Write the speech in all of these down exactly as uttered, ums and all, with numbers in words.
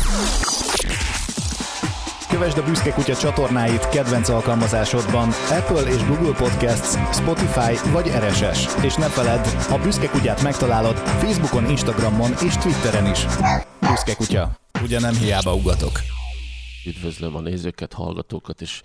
Kövesd a Büszke Kutya csatornáit kedvenc alkalmazásodban, Apple és Google Podcasts, Spotify vagy er es es. És ne feledd, a Büszke Kutyát megtalálod Facebookon, Instagramon és Twitteren is. Büszke Kutya, ugye nem hiába ugatok. Üdvözlöm a nézőket, hallgatókat, és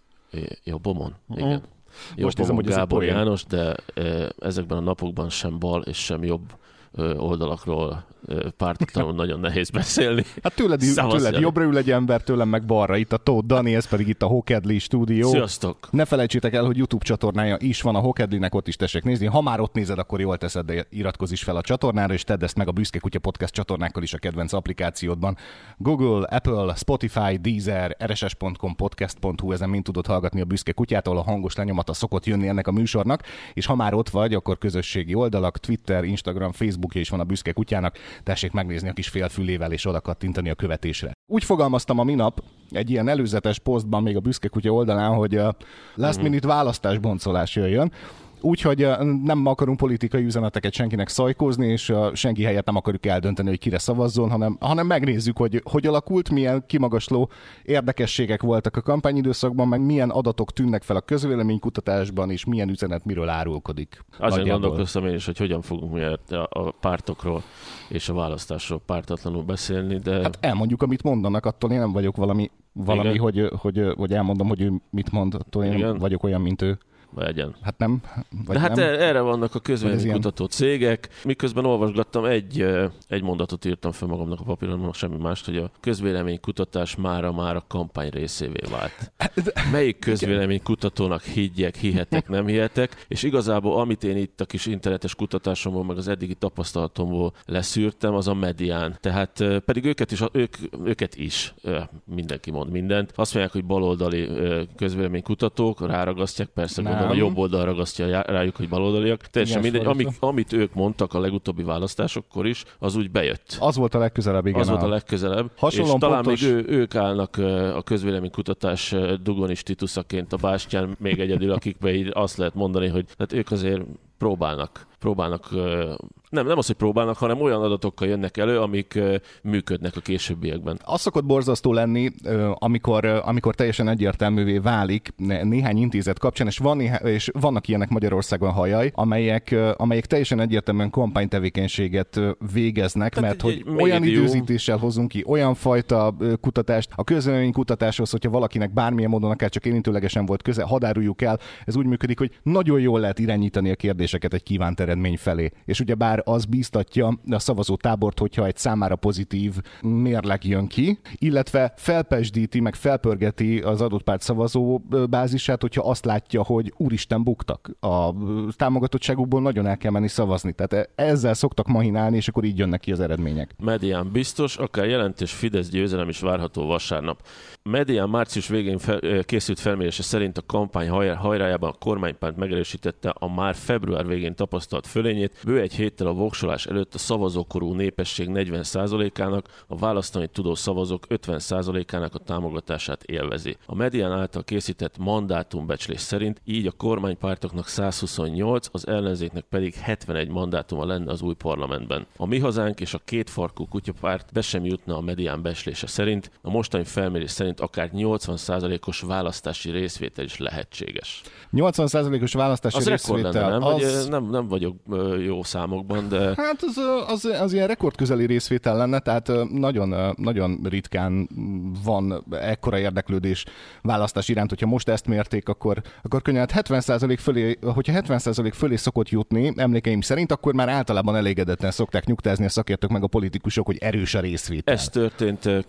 jobbomon, igen. Uh-huh. Most jobbomon Gábor János, de ezekben a napokban sem bal és sem jobb oldalakról pártatlanul nagyon nehéz beszélni. Hát tőled, tőled jobbra ül egy ember, tőlem meg balra. Itt a Tóth Dani, ez pedig itt a Hokedli stúdió. Sziasztok! Ne felejtsétek el, hogy YouTube csatornája is van a Hokedlinek, ott is tessék nézni. Ha már ott nézed, akkor jól teszed, de iratkozz is fel a csatornára, és tedd ezt meg a Büszke Kutya Podcast csatornákkal is a kedvenc applikációdban. Google, Apple, Spotify, Deezer, er es es pont com, podcast pont hu, ezen mind tudod hallgatni a Büszke Kutyát, ahol a hangos lenyomata szokott jönni ennek a műsornak, és ha már ott vagy, akkor közösségi oldalak, Twitter, Instagram, Facebookja is van a Büszke Kutyának. Tessék megnézni a kis félfülével és oda kattintani a követésre. Úgy fogalmaztam a minap egy ilyen előzetes posztban még a Büszke Kutya oldalán, hogy a last minute választás boncolás jöjjön. Úgyhogy nem akarunk politikai üzeneteket senkinek szajkózni, és senki helyett nem akarjuk eldönteni, hogy kire szavazzon, hanem, hanem megnézzük, hogy hogy alakult, milyen kimagasló érdekességek voltak a kampányidőszakban, meg milyen adatok tűnnek fel a közvéleménykutatásban, és milyen üzenet miről árulkodik. Azért gondolkoztam én is, hogy hogyan fogunk mi a pártokról és a választásról pártatlanul beszélni, de... Hát elmondjuk, amit mondanak, attól én nem vagyok valami, valami hogy, hogy, hogy elmondom, hogy ő mit mond, attól én nem vagyok olyan, mint ő. Legyen. Hát nem. Vagy De hát nem. erre vannak a közvéleménykutató cégek. Miközben olvasgattam, egy, egy mondatot írtam fel magamnak a papíron, semmi mást, hogy a közvéleménykutatás mára már a kampány részévé vált. Melyik közvéleménykutatónak higgyek, hihetek, nem hihetek, és igazából amit én itt a kis internetes kutatásomból, meg az eddigi tapasztalatomból leszűrtem, az a Medián. Tehát pedig őket is, ők, őket is, mindenki mond mindent. Azt mondják, hogy baloldali közvéleménykutatók, ráragasztják, persze gondolom, a jobb oldal ragasztja rájuk, hogy baloldaliak. Teljesen mindegy, amik, amit ők mondtak a legutóbbi választásokkor is, az úgy bejött. Az volt a legközelebb, igen. Az volt a legközelebb. Hasonlóan és talán pontos... még ő, ők állnak a közvéleménykutatás Dugonis Tituszaként a bástyán még egyedül, akikbe így azt lehet mondani, hogy hát ők azért próbálnak, próbálnak, nem, nem az, hogy próbálnak, hanem olyan adatokkal jönnek elő, amik működnek a későbbiekben. Az szokott borzasztó lenni, amikor, amikor teljesen egyértelművé válik néhány intézet kapcsán, és, van néha, és vannak ilyenek Magyarországon, hajaj, amelyek, amelyek teljesen egyértelműen kampánytevékenységet végeznek, hát mert egy, hogy olyan időzítéssel hozunk ki, olyan fajta kutatást, a közvéleménykutatáshoz, hogyha valakinek bármilyen módon, akár csak érintőlegesen volt köze, hadáruljuk el, ez úgy működik, hogy nagyon jól lehet irányítani a kérdéseket egy kívánt eredmény felé. És ugyebár az bíztatja a szavazótábort, hogyha egy számára pozitív mérleg jön ki, illetve felpesdíti, meg felpörgeti az adott párt szavazó bázisát, hogyha azt látja, hogy úristen, buktak. A támogatottságukból nagyon el kell menni szavazni. Tehát ezzel szoktak mahinálni, és akkor így jönnek ki az eredmények. Medián biztos, akár jelentős Fidesz győzelem is várható vasárnap. Medián március végén fel, készült felmérése szerint a kampány hajrájában a kormánypárt megerősítette a már február végén tapasztalt fölényét. Bő egy héttel a voksolás előtt a szavazókorú népesség negyven százalékának, a választani tudó szavazók ötven százalékának a támogatását élvezi. A Medián által készített mandátumbecslés szerint így a kormánypártoknak száz huszonnyolc, az ellenzéknek pedig hetvenegy mandátuma lenne az új parlamentben. A Mi Hazánk és a Kétfarkú Kutyapárt be sem jutna a Medián becslése szerint, a mostani felmérés szerint akár nyolcvan százalékos választási részvétel is lehetséges. nyolcvan százalékos választási az részvétel. Lenne, nem? Az... Vagy, nem, nem vagyok jó számokban, de... Hát az, az, az ilyen rekordközeli részvétel lenne, tehát nagyon, nagyon ritkán van ekkora érdeklődés választás iránt, hogyha most ezt mérték, akkor, akkor könnyen hát hetven százalék fölé, hogyha hetven százalék fölé szokott jutni, emlékeim szerint, akkor már általában elégedetten szokták nyugtázni a szakértők meg a politikusok, hogy erős a részvétel. Ez történt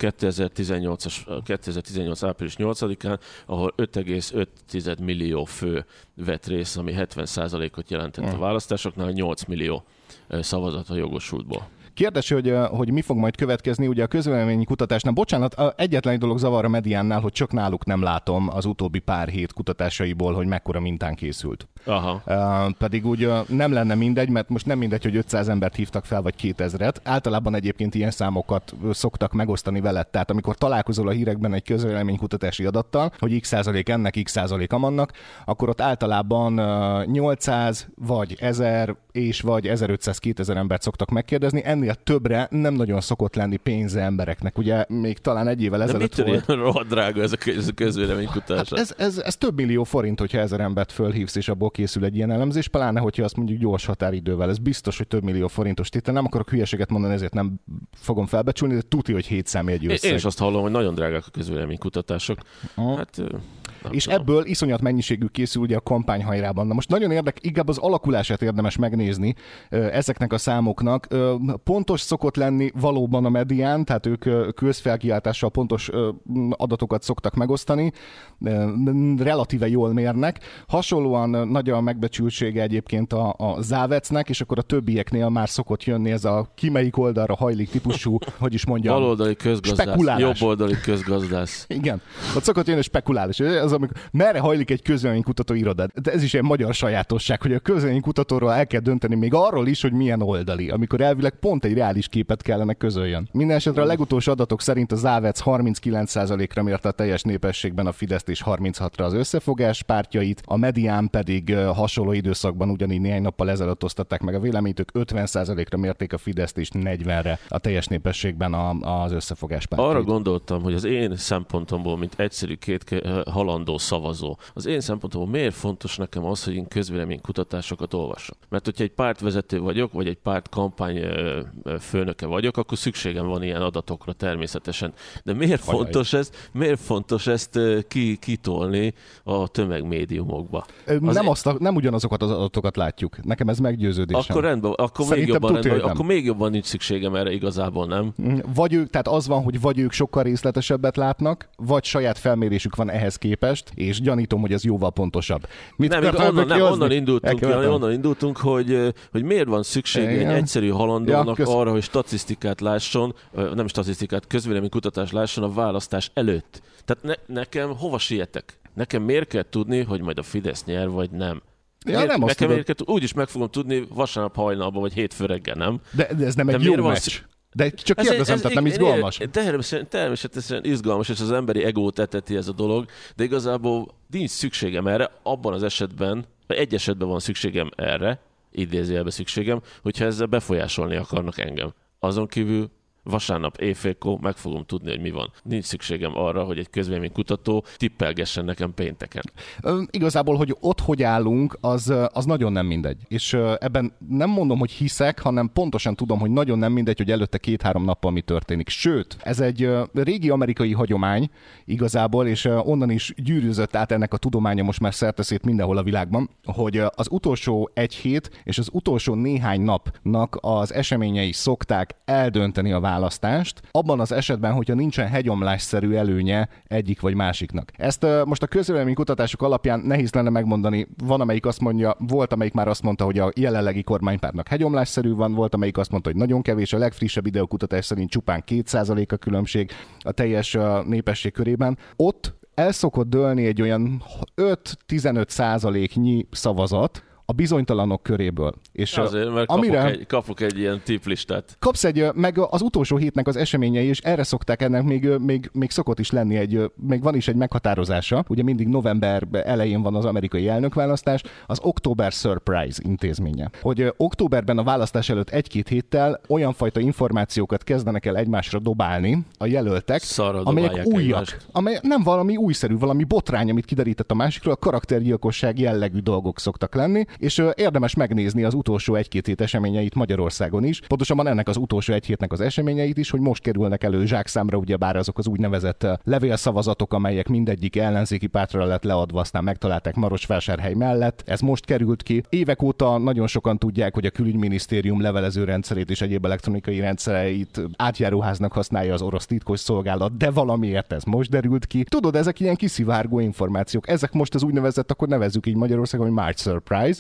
kétezer-tizennyolc április nyolcadikán, ahol öt egész öt millió fő vett részt, ami hetven százalékot jelentett hmm. a választásoknál, nyolc millió szavazat a jogosultból. Kérdés, hogy, hogy mi fog majd következni, ugye a közvélemény kutatásnál, bocsánat, egyetlen egy dolog zavar a Mediánnál, hogy csak náluk nem látom az utóbbi pár hét kutatásaiból, hogy mekkora mintán készült. Aha. Uh, pedig úgy uh, nem lenne mindegy, mert most nem mindegy, hogy ötszáz embert hívtak fel, vagy kétezret. Általában egyébként ilyen számokat szoktak megosztani veled. Tehát amikor találkozol a hírekben egy közvéleménykutatási adattal, hogy x százalék ennek, x százalék amannak, akkor ott általában uh, nyolcszáz, vagy ezer és vagy ezerötszáz-kétezer embert szoktak megkérdezni. Ennél többre nem nagyon szokott lenni pénze embereknek. Ugye még talán egy évvel ezelőtt volt. De mitől ilyen rohadt drága ez a, ez a közvéleménykutatás? Hát ez, ez, ez több millió forint, hogyha ezer embert fölhívsz, és abból készül egy ilyen elemzés, pláne, hogyha azt mondjuk gyors határidővel. Ez biztos, hogy több millió forintos tétel. Nem akarok hülyeséget mondani, ezért nem fogom felbecsülni, de tuti, hogy hét számjegyű összeg. Én is azt hallom, hogy nagyon drágák a közvéleménykutatások. Uh. Hát... Nem és tudom. Ebből iszonyat mennyiségű készül ugye a kampányhajrában. Na most nagyon érdekes, inkább az alakulását érdemes megnézni ezeknek a számoknak. Pontos szokott lenni valóban a medián, tehát ők közfelkiáltással pontos adatokat szoktak megosztani, relatíve jól mérnek. Hasonlóan nagy a megbecsültsége egyébként a, a Závecnek, és akkor a többieknél már szokott jönni ez a ki melyik oldalra hajlik típusú, hogy is mondjam, baloldali közgazdász, jobboldali közgazdász. Igen, ott szokott jönni a spekulálás. Az, amikor merre hajlik egy közvéleménykutató irodát. De ez is egy magyar sajátosság, hogy a közvéleménykutatóról el kell dönteni még arról is, hogy milyen oldali, amikor elvileg pont egy reális képet kellene közöljön. Mindenesetre a legutolsó adatok szerint a Závec harminckilenc százalékra mérte a teljes népességben a Fideszt és harminchatra az Összefogás pártjait, a Medián pedig hasonló időszakban ugyanígy néhány nappal ezelőtt osztották meg a véleményt, ők ötven százalékra mérték a Fideszt és negyvenre a teljes népességben a, az Összefogás pártjait. Arra gondoltam, hogy az én szempontomból, mint egyszerű két halandó szavazó, az én szempontomból miért fontos nekem az, hogy én közvéleménykutatásokat olvassak? Mert hogyha egy pártvezető vagyok, vagy egy párt kampány főnöke vagyok, akkor szükségem van ilyen adatokra természetesen. De miért Hajaj. fontos ez? Miért fontos ezt ki, kitolni a tömegmédiumokba? Nem, az azt a, nem ugyanazokat az adatokat látjuk. Nekem ez meggyőződésem. Akkor rendben, akkor még jobban, rendben, akkor még jobban nincs szükségem erre igazából, nem? Vagy ők, tehát az van, hogy vagy ők sokkal részletesebbet látnak, vagy saját felmérésük van ehhez képest, és gyanítom, hogy ez jóval pontosabb. Mit nem, onnan, nem onnan, indultunk, onnan indultunk, hogy, hogy miért van szüksége egy egyszerű halandónak ja, arra, hogy statisztikát lásson, nem statisztikát, közvéleménykutatást lásson a választás előtt. Tehát ne, nekem hova sietek? Nekem miért kell tudni, hogy majd a Fidesz nyer, vagy nem? Ja, miért, nem nekem miért kell, úgy is meg fogom tudni vasárnap hajnalban, vagy hétfő reggel, nem? De, de ez nem de egy jó meccs. Szü- De csak kérdezem, ez, ez, tehát nem izgalmas? Természetesen, természetesen izgalmas, és az emberi egót eteti ez a dolog, de igazából nincs szükségem erre, abban az esetben, vagy egy esetben van szükségem erre, idézőjelben szükségem, hogyha ezzel befolyásolni akarnak engem. Azon kívül vasárnap éjfélkor meg fogom tudni, hogy mi van. Nincs szükségem arra, hogy egy közvéleménykutató tippelgessen nekem pénteken. Ö, igazából, hogy ott hogy állunk, az, az nagyon nem mindegy. És ebben nem mondom, hogy hiszek, hanem pontosan tudom, hogy nagyon nem mindegy, hogy előtte két-három nappal mi történik. Sőt, ez egy régi amerikai hagyomány igazából, és onnan is gyűrűzött át ennek a tudománya most már szerteszét mindenhol a világban, hogy az utolsó egy hét és az utolsó néhány napnak az eseményei szokták eldönteni a választást, abban az esetben, hogyha nincsen hegyomlásszerű előnye egyik vagy másiknak. Ezt uh, most a közvéleménykutatások alapján nehéz lenne megmondani. Van, amelyik azt mondja, volt, amelyik már azt mondta, hogy a jelenlegi kormánypártnak hegyomlásszerű van, volt, amelyik azt mondta, hogy nagyon kevés, a legfrissebb videókutatás szerint csupán két százalék a különbség a teljes uh, népesség körében. Ott el szokott dőlni egy olyan öt-tizenöt százaléknyi szavazat a bizonytalanok köréből. És azért, mert kapok, amire egy, kapok egy ilyen tipplistát. Kapsz egy, meg az utolsó hétnek az eseményei, és erre szokták, ennek még, még, még szokott is lenni egy, még van is egy meghatározása. Ugye mindig november elején van az amerikai elnökválasztás, az October Surprise intézménye. Hogy októberben a választás előtt egy-két héttel olyan fajta információkat kezdenek el egymásra dobálni a jelöltek, Szarra amelyek újak, egymást. amely nem valami újszerű, valami botrány, amit kiderített a másikról, a karaktergyilkosság jellegű dolgok szoktak lenni, és érdemes megnézni az utolsó egy-két hét eseményeit Magyarországon is. Pontosabban ennek az utolsó egy hétnek az eseményeit is, hogy most kerülnek elő zsákszámra, ugyebár azok az úgynevezett levélszavazatok, amelyek mindegyik ellenzéki pártra lett leadva, aztán megtalálták Marosvásárhely mellett. Ez most került ki. Évek óta nagyon sokan tudják, hogy a külügyminisztérium levelező rendszerét és egyéb elektronikai rendszereit átjáróháznak használja az orosz titkosszolgálat, de valamiért ez most derült ki. Tudod, ezek ilyen kiszivárgó információk. Ezek most az úgynevezett, akkor nevezzük így Magyarországon, hogy March Surprise.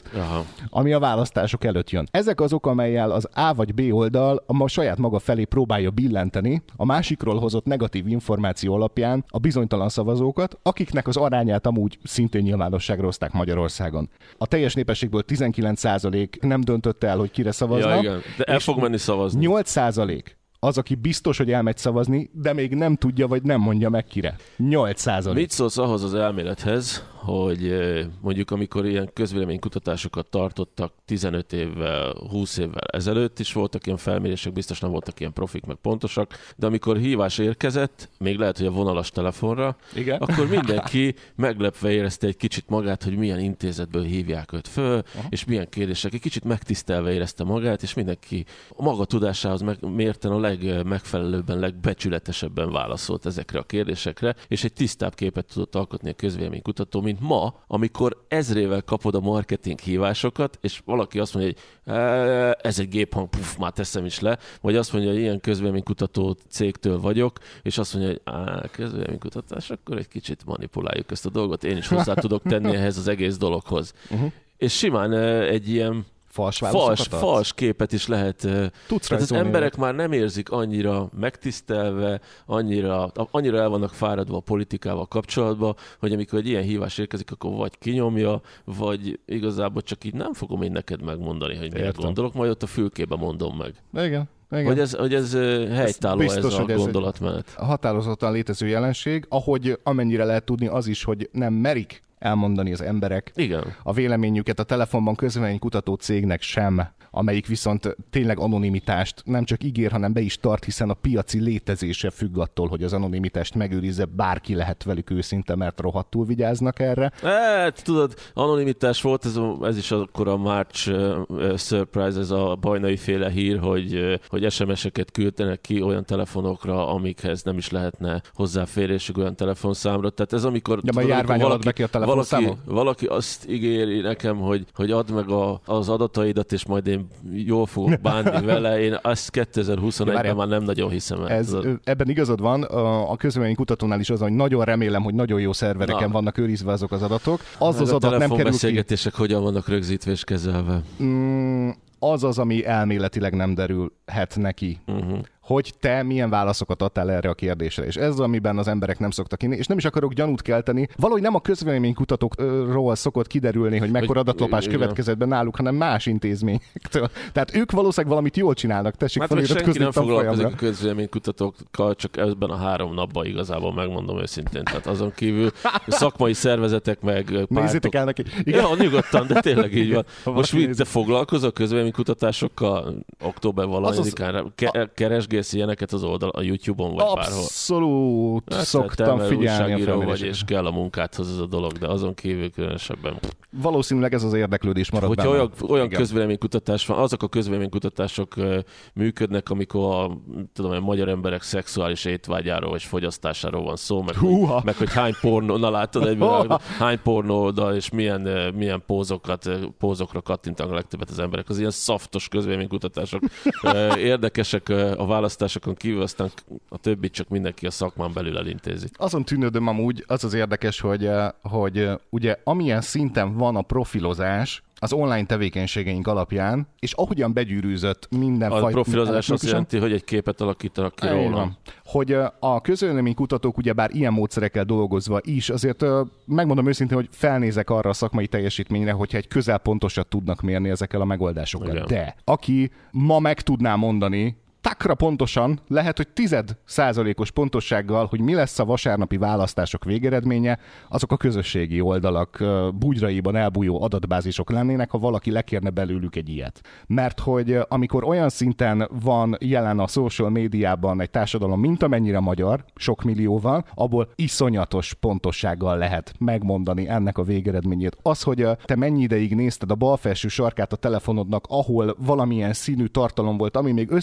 Aha. ami a választások előtt jön. Ezek azok, amellyel az A vagy B oldal a saját maga felé próbálja billenteni a másikról hozott negatív információ alapján a bizonytalan szavazókat, akiknek az arányát amúgy szintén nyilvánosságra hozták Magyarországon. A teljes népességből tizenkilenc százalék nem döntötte el, hogy kire szavazna. Ja, igen. De el fog menni szavazni. nyolc százalék az, aki biztos, hogy elmegy szavazni, de még nem tudja, vagy nem mondja meg kire. nyolc százalék. Mit szólsz ahhoz az elmélethez, hogy mondjuk amikor ilyen közvéleménykutatásokat tartottak tizenöt évvel, húsz évvel ezelőtt is voltak ilyen felmérések, biztos nem voltak ilyen profik, meg pontosak, de amikor hívás érkezett, még lehet, hogy a vonalas telefonra, igen. akkor mindenki meglepve érezte egy kicsit magát, hogy milyen intézetből hívják őt föl, aha. és milyen kérdések, egy kicsit megtisztelve érezte magát, és mindenki a maga tudásához meg, mérten a legmegfelelőbben, legbecsületesebben válaszolt ezekre a kérdésekre, és egy tisztább képet tudott alkotni a közvéleménykutató, mint ma, amikor ezrével kapod a marketing hívásokat, és valaki azt mondja, hogy ez egy géphang, puf, már teszem is le, vagy azt mondja, hogy ilyen közvéleménykutató cégtől vagyok, és azt mondja, hogy á, közvéleménykutatás, akkor egy kicsit manipuláljuk ezt a dolgot, én is hozzá tudok tenni ehhez az egész dologhoz. Uh-huh. És simán egy ilyen Fals, fals, fals képet is lehet. Tudsz tehát az emberek már nem érzik annyira megtisztelve, annyira, annyira el vannak fáradva a politikával kapcsolatban, hogy amikor egy ilyen hívás érkezik, akkor vagy kinyomja, vagy igazából csak így nem fogom én neked megmondani, hogy miért gondolok, majd ott a fülkébe mondom meg. Igen. Igen. Hogy ez, hogy ez helytálló ez, biztos, ez a gondolatmenet. Ez határozottan létező jelenség, ahogy amennyire lehet tudni az is, hogy nem merik elmondani az emberek igen. a véleményüket a telefonban közvéleménykutató cégnek sem, amelyik viszont tényleg anonimitást nem csak ígér, hanem be is tart, hiszen a piaci létezése függ attól, hogy az anonimitást megőrizze, bárki lehet velük őszinte, mert rohadtul vigyáznak erre. Hát, tudod, anonimitás volt, ez, a, ez is akkor a March uh, Surprise, ez a bajnai féle hír, hogy, uh, hogy es em es-eket küldtenek ki olyan telefonokra, amikhez nem is lehetne hozzáférésük olyan telefonszámra. Tehát ez amikor... De tudod, a járvány alatt neki a telefonszámot? Valaki, valaki azt ígéri nekem, hogy, hogy add meg a, az adataidat, és majd én jól fogok bánni vele. Én azt kétezer-huszonegyben már nem nagyon hiszem el. Ez, ebben igazad van. A közvéleménykutatónál is az, hogy nagyon remélem, hogy nagyon jó szervereken Na. vannak őrizve azok az adatok. Az Ez az a adat nem kerül ki. telefonbeszélgetések hogyan vannak rögzítve és kezelve? Mm, az az, ami elméletileg nem derülhet neki. Uh-huh. Hogy te milyen válaszokat adtál erre a kérdésre. És ez az, amiben az emberek nem szoktak inni. És nem is akarok gyanút kelteni. Valahogy nem a közvéleménykutatókról szokott kiderülni, hogy mekkora adatlopás következett be náluk, hanem más intézményektől. Tehát ők valószínűleg valamit jól csinálnak. Tessék hát senki nem foglalkozik a közvéleménykutatókkal, csak ebben a három napban igazából megmondom őszintén. Tehát azon kívül szakmai szervezetek meg pártok. Nézzétek el neki. Igen? Ja, nyugodtan, de tényleg így van. Most mit, te foglalkozol közvéleménykutatásokkal október valamelyikán? Keresgél ilyeneket az oldal, a YouTube-on vagy Abszolút bárhol. Abszolút hát, szoktam figyelni a vagy, és kell a munkádhoz ez a dolog, de azon kívül különösebben. Valószínűleg ez az érdeklődés marad benne. Olyan, olyan közvéleménykutatás van, azok a közvéleménykutatások működnek, amikor a, tudom, a magyar emberek szexuális étvágyáról és fogyasztásáról van szó, meg, hogy, meg hogy hány pornó, na látod, egy, hány pornó oldal, és milyen, milyen pózokat, pózokra kattintanak a legtöbbet az emberek. Az ilyen szaftos közvéleménykutatások érdekesek a választásokon kívül, aztán a többit csak mindenki a szakmán belül elintézi. Azon tűnődöm amúgy, az az érdekes, hogy, hogy ugye amilyen szinten van a profilozás az online tevékenységeink alapján, és ahogyan begyűrűzött minden fajta... A profilozás azt jelenti, hogy egy képet alakítanak ki róla. Hogy a közvéleménykutatók ugyebár ilyen módszerekkel dolgozva is, azért megmondom őszintén, hogy felnézek arra a szakmai teljesítményre, hogyha egy közel pontosat tudnak mérni ezekkel a megoldásokkal. Igen. De aki ma meg tudná mondani, takra pontosan, lehet, hogy tized százalékos pontossággal, hogy mi lesz a vasárnapi választások végeredménye, azok a közösségi oldalak bugyraiban elbújó adatbázisok lennének, ha valaki lekérne belőlük egy ilyet. Mert hogy amikor olyan szinten van jelen a social médiában egy társadalom, mint amennyire magyar, sok millióval, abból iszonyatos pontossággal lehet megmondani ennek a végeredményét. Az, hogy te mennyi ideig nézted a bal felső sarkát a telefonodnak, ahol valamilyen színű tartalom volt, ami még összefüggés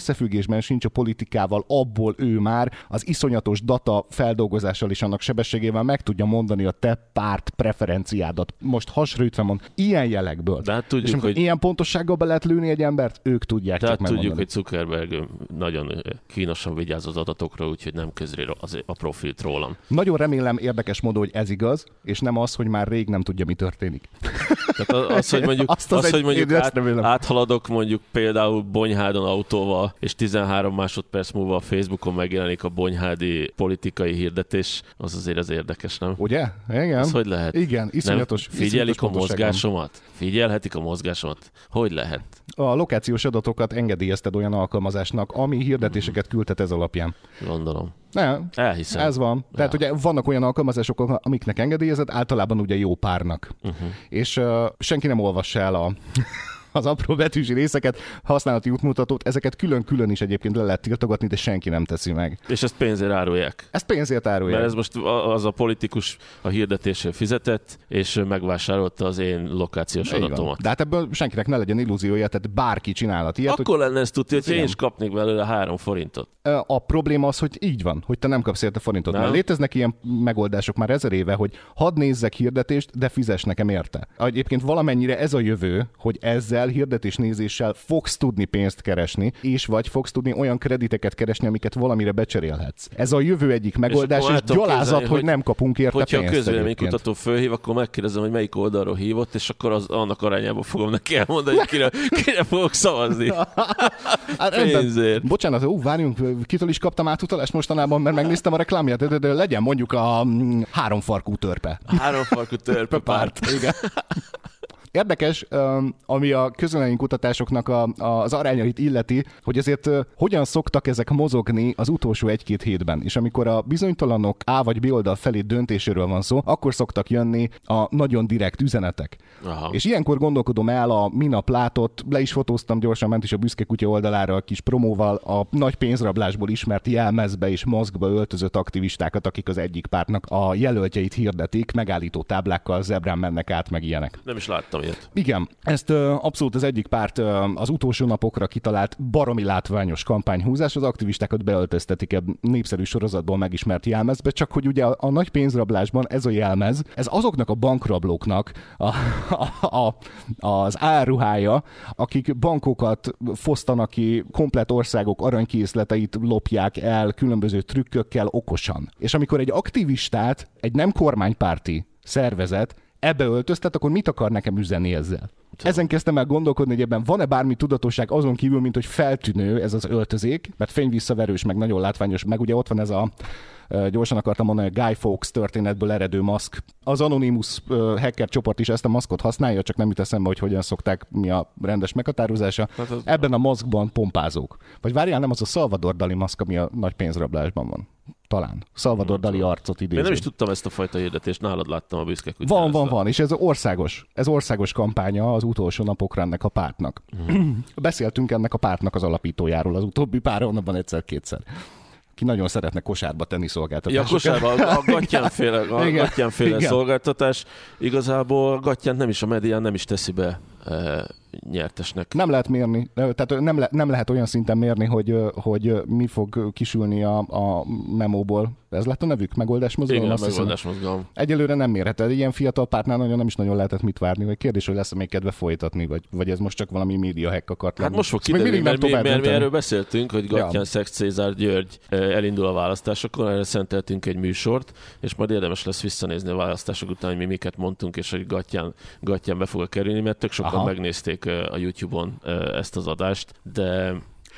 összefüggésben sincs a politikával, abból ő már az iszonyatos data feldolgozással és annak sebességével meg tudja mondani a te párt preferenciádat. Most hasra ütve mond, ilyen jelekből. De hát tudjuk, és amikor hogy... ilyen pontossággal be lehet lőni egy embert, ők tudják Tehát csak tudjuk, megmondani. hogy Zuckerberg nagyon kínosan vigyáz az adatokra, úgyhogy nem közli a profilt rólam. Nagyon remélem érdekes módon, hogy ez igaz, és nem az, hogy már rég nem tudja, mi történik. Tehát az, hogy mondjuk, az, az, hogy mondjuk át, áthaladok mondjuk például Bonyhádon autóval, és tizenhárom másodperc múlva a Facebookon megjelenik a bonyhádi politikai hirdetés, az azért az érdekes, nem? Ugye? Igen. Az hogy lehet? Igen, iszonyatos. Nem figyelik a mozgásomat? Figyelhetik a mozgásomat? Hogy lehet? A lokációs adatokat engedélyezted olyan alkalmazásnak, ami hirdetéseket küldhet ez alapján. Gondolom. Nem, elhiszem. Ez van. Ja. Tehát ugye vannak olyan alkalmazások, amiknek engedélyezett, általában ugye jó párnak. Uh-huh. És uh, senki nem olvassa el a... az apró betűsi részeket, használati útmutatót, ezeket külön-külön is egyébként le lehet tiltogatni, de senki nem teszi meg. És ezt pénzért árulják. Ezt pénzért árulják. Mert ez most az a politikus a hirdetésre fizetett, és megvásárolta az én lokációs így adatomat. Van. De hát ebből senkinek ne legyen illúziója, tehát bárki csinálhat ilyet. Akkor hogy... lenne ezt tudni, hogy én is kapnék belőle három forintot. A probléma az, hogy így van, hogy te nem kapsz érte forintot. Nem. Mert léteznek ilyen megoldások már ezer éve, hogy hadd nézzek hirdetést, de fizess nekem érte. Egyébként valamennyire ez a jövő, hogy ezzel hirdetésnézéssel fogsz tudni pénzt keresni, és vagy fogsz tudni olyan krediteket keresni, amiket valamire becserélhetsz. Ez a jövő egyik megoldás, és, és gyalázat, képzelni, hogy, hogy nem kapunk érte hogyha pénzt. Hogyha a közvéleménykutató fölhív, akkor megkérdezem, hogy melyik oldalról hívott, és akkor az, annak arányában fogom neki elmondani, hogy kire, kire fogok szavazni. Pénzért. Bocsánat, ó, várjunk, kitől is kaptam átutalást mostanában, mert megnéztem a reklámját, de, de, de legyen mondjuk a mm, háromfarkú törpe. Háromfarkú törpe párt. Igen. Érdekes, ami a közvéleménykutatásoknak a, az arányait illeti, hogy azért hogyan szoktak ezek mozogni az utolsó egy-két hétben. És amikor a bizonytalanok A vagy B oldal felé döntéséről van szó, akkor szoktak jönni a nagyon direkt üzenetek. Aha. És ilyenkor gondolkodom el a minap látott, le is fotóztam gyorsan, ment is a Büszke Kutya oldalára a kis promóval a nagy pénzrablásból ismert jelmezbe és maszkba öltözött aktivistákat, akik az egyik pártnak a jelöltjeit hirdetik, megállító táblákkal, zebrán mennek át, meg ilyenek. Nem is láttam ilyet. Igen, ezt uh, abszolút az egyik párt uh, az utolsó napokra kitalált baromi látványos kampányhúzás, az aktivistákat beöltöztetik egy népszerű sorozatból megismert jelmezbe, csak hogy ugye a, a nagy pénzrablásban ez a jelmez, ez azoknak a bankrablóknak a, a, a, az áruhája, akik bankokat fosztanak ki, komplett országok aranykészleteit lopják el különböző trükkökkel okosan. És amikor egy aktivistát, egy nem kormánypárti szervezet ebbe öltöztet, akkor mit akar nekem üzenni ezzel? Ezen kezdtem el gondolkodni, hogy ebben van-e bármi tudatosság azon kívül, mint hogy feltűnő ez az öltözék, mert fényvisszaverős, meg nagyon látványos, meg ugye ott van ez a, gyorsan akartam mondani, a Guy Fawkes történetből eredő maszk. Az Anonymous hacker csoport is ezt a maszkot használja, csak nem jut eszembe, hogy hogyan szokták, mi a rendes meghatározása. Hát az... Ebben a maszkban pompázók. Vagy várjál, nem az a Salvador Dali maszk, ami a nagy pénzrablásban van. Talán. Salvador Dali arcot idéző. Én nem is tudtam ezt a fajta hirdetést, nálad láttam a Büszke Kutyán. Van, van, van, és ez országos. Ez országos kampánya az utolsó napokra ennek a pártnak. Mm. Beszéltünk ennek a pártnak az alapítójáról az utóbbi pár hónapban egyszer-kétszer. Ki nagyon szeretne kosárba tenni szolgáltatásokat. Ja, kosárba, a Gattyánféle, a Gattyánféle szolgáltatás. Igazából a Gattyánt nem is a médián nem is teszi be e, nyertesnek. Nem lehet mérni, tehát nem, le, nem lehet olyan szinten mérni, hogy, hogy mi fog kisülni a, a memóból. Ez lett a nevük? Megoldásmozgalom? Igen, megoldásmozgalom. Egyelőre nem mérhető. Ilyen fiatal pártnál nagyon nem is nagyon lehetett mit várni, vagy kérdés, hogy lesz még kedve folytatni, vagy, vagy ez most csak valami média hack akart lenni. Hát most fog kiderülni, mert, mi, mert mi erről beszéltünk, hogy Gattyán ja. Szex Cézár György elindul a választásokon, erre szenteltünk egy műsort, és majd érdemes lesz visszanézni a választások után, hogy mi miket mondtunk, és hogy Gattyán, Gattyán be fog kerülni, mert tök sokan Aha. megnézték a YouTube-on ezt az adást, de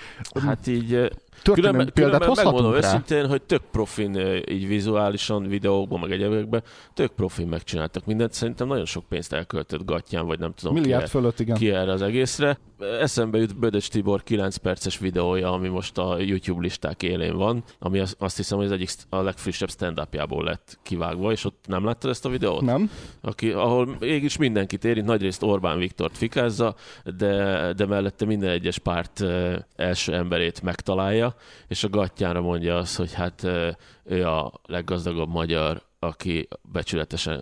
hát így... Különben, különben megmondom őszintén, hogy tök profin így vizuálisan, videókban, meg egyébekben, tök profin megcsináltak mindent. Szerintem nagyon sok pénzt elköltött Gattyán, vagy nem tudom Milliárd ki, fölött, igen. ki erre az egészre. Eszembe jut Bödös Tibor kilenc perces videója, ami most a YouTube listák élén van, ami azt hiszem, hogy az egyik a legfrissebb stand-upjából lett kivágva, és ott nem láttad ezt a videót? Nem. Aki, ahol mégis mindenkit érint, nagyrészt Orbán Viktort fikázza, de, de mellette minden egyes párt első emberét megtalálja, és a Gattyánra mondja azt, hogy hát ő a leggazdagabb magyar, aki becsületesen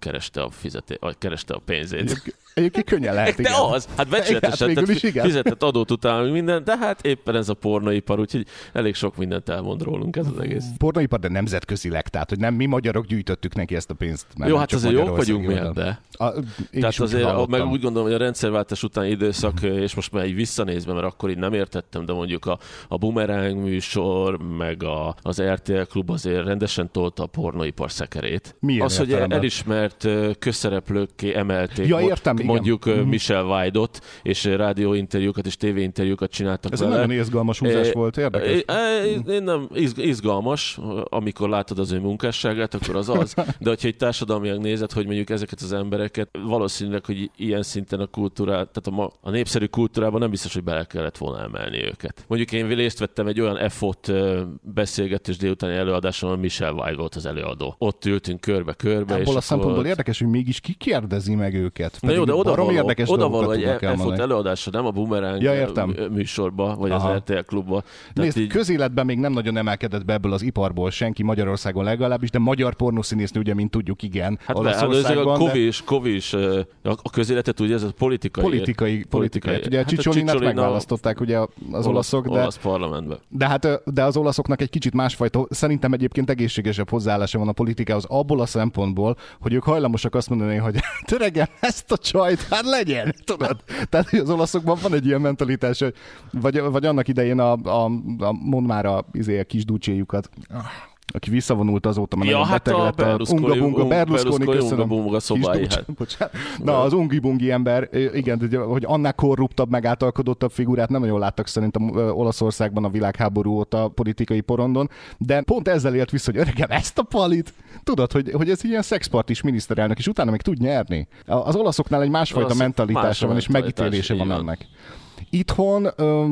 kereste a, fizeté, vagy kereste a pénzét. Egyébként, egyébként könnyen lehet, de igen. az, hát becsületesen, hát is, fizetett adót után minden, de hát éppen ez a pornoipar, úgyhogy elég sok mindent elmond rólunk ez az egész. Pornoipar, de nemzetközileg, tehát hogy nem mi magyarok gyűjtöttük neki ezt a pénzt. Jó, hát azért jók vagyunk miért, de. A, Tehát azért, meg úgy gondolom, hogy a rendszerváltás utáni időszak, és most már így visszanézve, mert akkor így nem értettem, de mondjuk a, a Boomerang műsor, meg a, az er té el Klub azért rendesen tolta a pornoipar szekerét. Milyen az, hogy elismert közszereplőkké emelték, ja, értem, mondjuk igen. Michelle White-ot, és rádióinterjúkat és tévéinterjúkat csináltak Ez vele. Ez nagyon izgalmas húzás é, volt, érdekes. É, é, nem, izgalmas, amikor látod az ő munkásságát, akkor az az, de hogyha egy társadalmiak nézed, hogy mondjuk ezeket az embereket, valószínűleg, hogy ilyen szinten a kultúrát, tehát a, ma, a népszerű kultúrában nem biztos, hogy bele kellett volna emelni őket. Mondjuk én részt vettem egy olyan ef o-t beszélgetés délutáni előadáson, ahol Michelle White volt az előadó. Ott ültünk körbe-körbe. Abból és a szempontból ott... érdekes, hogy mégis ki kérdezi meg őket. Na jó, de oda való, érdekes oda való egy ef o-t előadásra, nem a Boomerang ja, műsorba, vagy Aha. az er té el Klubba. Nézd, így... közéletben még nem nagyon emelkedett be ebből az iparból senki Magyarországon legalábbis, de magyar pornószínésznő, ugye, mint tudjuk, igen. Hát előzőleg a Kovi is, Kovi is a közéletet, ugye ez a politikai... Politikai, politikai. Ugye hát Csicsolinát megválasztották ugye az olasz, olaszok, de... Olasz parlamentben. De hát de az olaszoknak egy kicsit másfajta, szerintem egyébként egészségesebb hozzáállása van a politikához abból a szempontból, hogy ők hajlamosak azt mondani, hogy töregem, ezt a csajt, hát legyen, tudod? Tehát az olaszokban van egy ilyen mentalitás, hogy vagy, vagy annak idején a, a, a mond már a, izé, a kis dúcséjukat, aki visszavonult azóta, mert ja, nagyon hát beteg lett a Unga-Bunga, Berlusconi, köszönöm. Unga szobái, hát. Na, az Ungi-Bungi ember, igen, hogy annál korruptabb, meg átalkodottabb figurát nem nagyon láttak szerintem Olaszországban a világháború óta politikai porondon, de pont ezzel élt vissza, hogy öregem, ezt a palit, tudod, hogy, hogy ez ilyen szexpartis miniszterelnök, és utána még tud nyerni. Az olaszoknál egy másfajta Olasz, mentalitása van, és megítélése van ennek. Itthon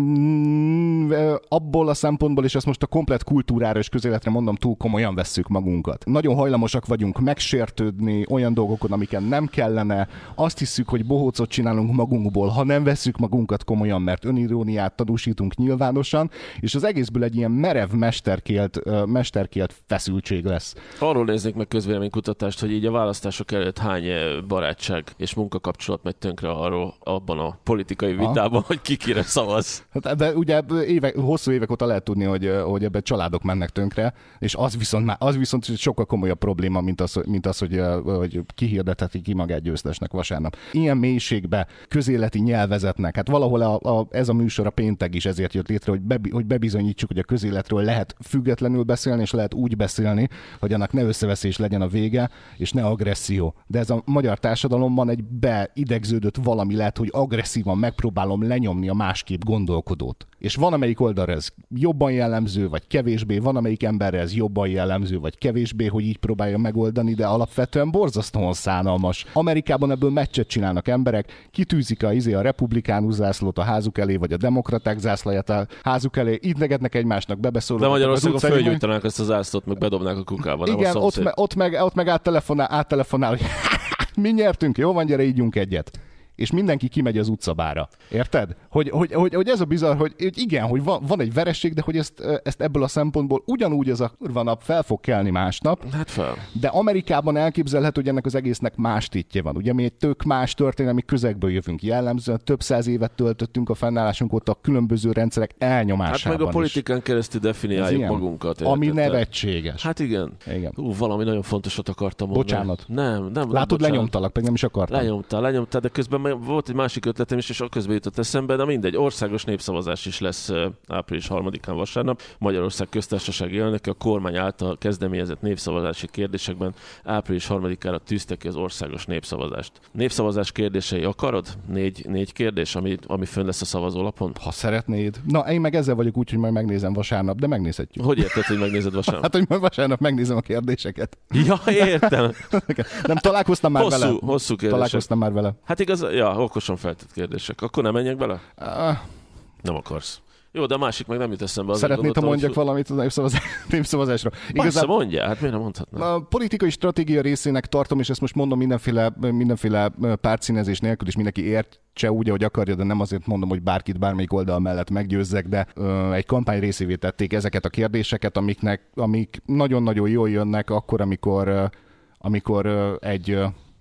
öm, abból a szempontból, és ezt most a komplett kultúrára és közéletre mondom, túl komolyan vesszük magunkat. Nagyon hajlamosak vagyunk megsértődni olyan dolgokon, amiken nem kellene. Azt hiszük, hogy bohócot csinálunk magunkból, ha nem vesszük magunkat komolyan, mert öniróniát tanúsítunk nyilvánosan, és az egészből egy ilyen merev mesterkélt, mesterkélt feszültség lesz. Arról néznék meg közvéleménykutatást, hogy így a választások előtt hány barátság és munkakapcsolat megy tönkre arról abban a politikai vitában, ha. hogy ki kire szavaz. Hát, de ugye évek, hosszú évek óta lehet tudni, hogy, hogy ebben családok mennek tönkre, és az viszont, már, az viszont sokkal komolyabb probléma, mint az, mint az hogy, hogy kihirdetheti ki magát győztesnek vasárnap. Ilyen mélységbe közéleti nyelvezetnek, hát valahol a, a, ez a műsor a péntek is ezért jött létre, hogy, be, hogy bebizonyítsuk, hogy a közéletről lehet függetlenül beszélni, és lehet úgy beszélni, hogy annak ne összeveszés legyen a vége, és ne agresszió. De ez a magyar társadalomban egy beidegződött valami lehet, hogy agresszívan megpróbálom lenyomni a másképp gondolkodót. És van, amelyik oldalra ez jobban jellemző, vagy kevésbé, van, amelyik emberre ez jobban jellemző, vagy kevésbé, hogy így próbálja megoldani, de alapvetően borzasztóan szánalmas. Amerikában ebből meccset csinálnak emberek, kitűzik a, izé, a republikánus zászlót a házuk elé, vagy a demokraták zászlaját a házuk elé, idnegetnek egymásnak, bebeszólnak. De Magyarországon fölgyújtanák ezt a zászlót, meg bedobnák a kukába. Igen, ott, me, ott meg, ott meg áttelefonál, áttelefonál, hogy mi nyertünk, jó van, gyere, ígyunk egyet. És mindenki kimegy az utcabára. Érted? Hogy, hogy, hogy, hogy ez a bizarr, hogy, hogy igen, hogy van, van egy vereség, de hogy ezt, ezt ebből a szempontból ugyanúgy az a kurva nap fel fog kelni másnap. Hát fel. De Amerikában elképzelhető, hogy ennek az egésznek más tétje van. Ugye mi egy tök más történelmi közegből jövünk. Jellemzően több száz évet töltöttünk a fennállásunk ott a különböző rendszerek elnyomásában. Hát meg a politikán is. Keresztül definiáljuk magunkat. Érted? Ami nevetséges. Hát igen. igen. Ú, valami nagyon fontosat akartam mondani. Bocsánat. Nem, nem. Látod, lenyomtalak, pedig nem is akartam. Lenyomtál, lenyomtál, de közben volt egy másik ötletem is, és a közben jutott eszembe, de mindegy, országos népszavazás is lesz április harmadikán vasárnap. Magyarország köztársasági elnöke a kormány által kezdeményezett népszavazási kérdésekben április harmadikára tűzte ki az országos népszavazást. Népszavazás kérdései akarod? Négy, négy kérdés, ami, ami fönn lesz a szavazólapon? Ha szeretnéd. Na, én meg ezzel vagyok úgy, hogy majd megnézem vasárnap, de megnézhetjük. Hogy érted, hogy megnézed vasárnap? Hát, hogy majd vasárnap megnézem a kérdéseket. Ja, értem. Nem találkoztam már hosszú, vele. Hosszú kérdések. Találkoztam már vele. Hát igaz, ja, okosan feltett kérdések. Akkor nem menjek bele? Uh, nem akarsz. Jó, de a másik meg nem jut eszembe. Szeretnéd, ha mondjak hogy... valamit a népszavazás, népszavazásra? Igazán mondja, hát miért nem mondhatnám? A politikai stratégia részének tartom, és ezt most mondom mindenféle, mindenféle pártszínezés nélkül, és mindenki értse úgy, ahogy akarja, de nem azért mondom, hogy bárkit bármelyik oldal mellett meggyőzzek, de ö, egy kampány részévé tették ezeket a kérdéseket, amiknek, amik nagyon-nagyon jól jönnek akkor, amikor, amikor egy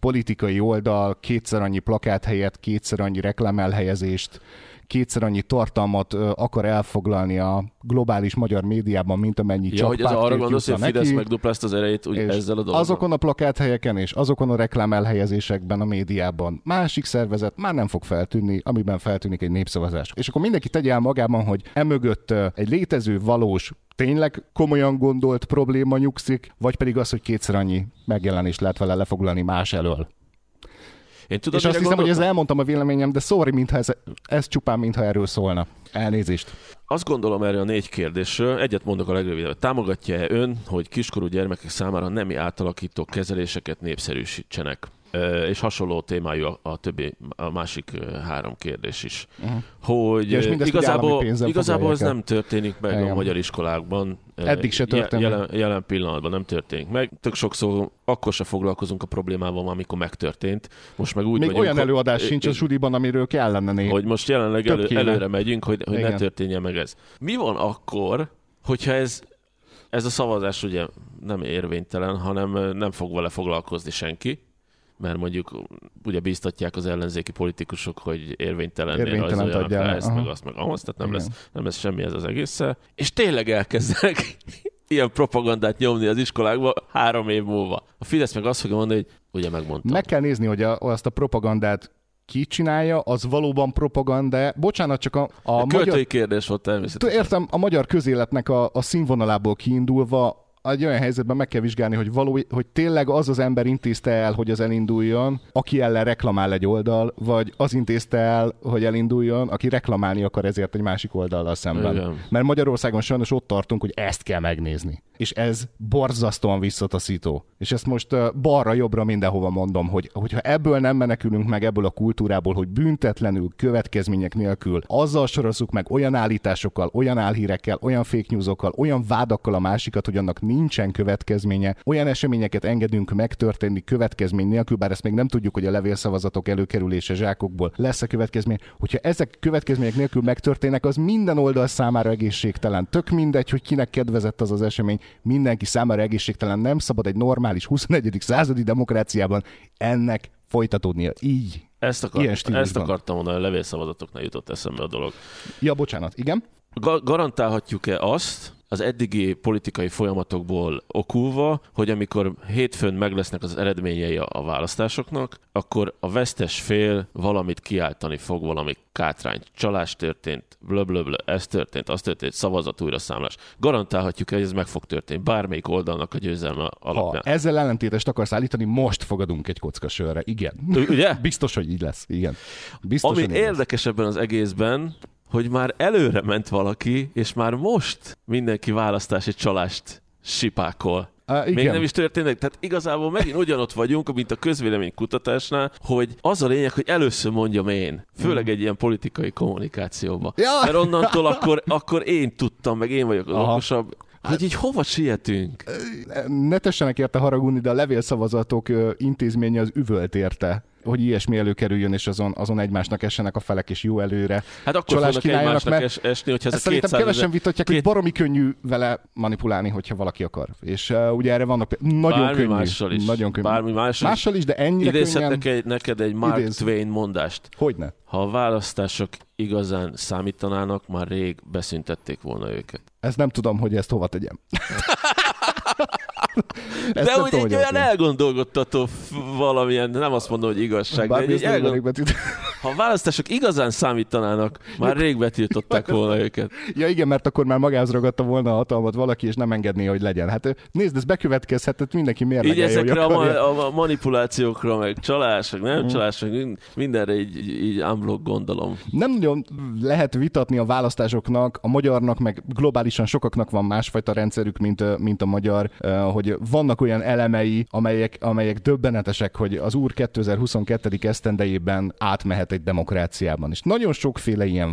politikai oldal kétszer annyi plakát helyett kétszer annyi reklámelhelyezést, kétszer annyi tartalmat ö, akar elfoglalni a globális magyar médiában, mint amennyi ja, csak hogy ez arra gondolsz, hogy a Fidesz neki, megduplázt az erejét úgy ezzel a dologban. Azokon a plakáthelyeken és azokon a reklámelhelyezésekben a médiában másik szervezet már nem fog feltűnni, amiben feltűnik egy népszavazás. És akkor mindenki tegye el magában, hogy emögött ö, egy létező, valós, tényleg komolyan gondolt probléma nyugszik, vagy pedig az, hogy kétszer annyi megjelenést lehet vele lefoglalni más elől. Én tudom, és azt hiszem, gondoltam? hogy ezzel elmondtam a véleményem, de sorry, mintha ez, ez csupán, mintha erről szólna. Elnézést. Azt gondolom erre a négy kérdésről, egyet mondok a legrövidebb. Támogatja-e ön, hogy kiskorú gyermekek számára nemi átalakító kezeléseket népszerűsítsenek? És hasonló témájú a, a többi, a másik három kérdés is. Uh-huh. Hogy ja, igazából, igazából ez nem történik meg igen. a magyar iskolákban. Eddig se történik. Jelen, jelen pillanatban nem történik meg. Tök sokszor akkor se foglalkozunk a problémával, amikor megtörtént. Most meg úgy Még vagyunk, olyan előadás hogy, sincs a suliban, amiről kellene néha. Hogy most jelenleg elő, előre megyünk, hogy, hogy ne történjen meg ez. Mi van akkor, hogyha ez, ez a szavazás ugye nem érvénytelen, hanem nem fog vele foglalkozni senki, mert mondjuk ugye bíztatják az ellenzéki politikusok, hogy érvénytelenné rajzoljanak rá ezt, meg azt, meg ahhoz, tehát nem lesz, nem lesz semmi ez az egészen. És tényleg elkezdenek ilyen propagandát nyomni az iskolákba három év múlva. A Fidesz meg azt fogja mondani, hogy ugye megmondtam. Meg kell nézni, hogy a, azt a propagandát ki csinálja, az valóban propaganda. Bocsánat, csak a... A, a költői magyar... kérdés volt természetesen. Értem, a magyar közéletnek a, a színvonalából kiindulva egy olyan helyzetben meg kell vizsgálni, hogy, való, hogy tényleg az az ember intézte el, hogy az elinduljon, aki ellen reklamál egy oldal, vagy az intézte el, hogy elinduljon, aki reklamálni akar ezért egy másik oldallal szemben. Igen. Mert Magyarországon sajnos ott tartunk, hogy ezt kell megnézni. És ez borzasztóan visszataszító. És ezt most uh, balra-jobbra mindenhova mondom, hogy hogyha ebből nem menekülünk meg, ebből a kultúrából, hogy büntetlenül, következmények nélkül, azzal sorozzuk meg olyan állításokkal, olyan álhírekkel, olyan fake newsokkal, olyan vádakkal a másikat, hogy annak nincsen következménye, olyan eseményeket engedünk megtörténni következmény nélkül, bár ezt még nem tudjuk, hogy a levélszavazatok előkerülése zsákokból lesz-e következmény. Hogyha ezek következmények nélkül megtörténnek, az minden oldal számára egészségtelen. Tök mindegy, hogy kinek kedvezett az az esemény, mindenki számára egészségtelen. Nem szabad egy normális huszonegyedik századi demokráciában ennek folytatódnia. Így. Ezt, akart, ezt akartam mondani, a levélszavazatoknál jutott eszembe a dolog. Ja, bocsánat, igen. Ga- garantálhatjuk-e azt, az eddigi politikai folyamatokból okulva, hogy amikor hétfőn meg lesznek az eredményei a választásoknak, akkor a vesztes fél valamit kiáltani fog, valami kátrány. Csalás történt, blöblöblö, ez történt, az történt, szavazat újraszámlás. Garantálhatjuk, hogy ez meg fog történni bármelyik oldalnak a győzelme alapján. Ha ezzel ellentétest akarsz állítani, most fogadunk egy kocka sörre. Igen. Ugye? Biztos, hogy így lesz. Igen. Biztos, Ami érdekes ebben az egészben, hogy már előre ment valaki, és már most mindenki választási csalást sipákol. Uh, Még nem is történik. Tehát igazából megint ugyanott vagyunk, mint a közvéleménykutatásnál, hogy az a lényeg, hogy először mondjam én. Főleg egy ilyen politikai kommunikációban. Ja. Mert onnantól akkor, akkor én tudtam, meg én vagyok az Aha. okosabb. Hogy így hova sietünk? Ne tessenek érte haragudni, de a levélszavazatok intézménye az üvölt érte, hogy ilyesmi előkerüljön, és azon, azon egymásnak essenek a felek, és jó előre. Hát akkor fognak egymásnak es, esni, hogyha ez a szerintem kevesen vitatják, két... hogy baromi könnyű vele manipulálni, hogyha valaki akar. És uh, ugye erre vannak nagyon Bármi könnyű. Mással is. Nagyon könnyű. Bármi mással, mással is, de ennyire könnyen... Idézhetek neked egy Mark Idéz. Twain mondást. Hogyne? Ha a választások igazán számítanának, már rég beszüntették volna őket. Ezt nem tudom, hogy ezt hova tegyem. De úgy egy olyan elgondolkodtató valamilyen, nem azt mondom, hogy igazság, de egy elgond... Ha a választások igazán számítanának, már rég betiltották volna őket. Ja igen, mert akkor már magához ragadta volna a hatalmat valaki, és nem engedné, hogy legyen. Hát nézd, ez bekövetkezhetett, mindenki mérlegelje. Így ezekre a, ma- a manipulációkra, meg csalás, meg nem csalás, meg mindenre így, így unblock gondolom. Nem nagyon lehet vitatni a választásoknak, a magyarnak, meg globálisan sokaknak van másfajta rendszerük, mint, mint a magyar, hogy vannak olyan elemei, amelyek, amelyek döbbenetesek, hogy az úr kétezer-huszonkettő esztendejében átmehet egy demokráciában. És nagyon sokféle ilyen van.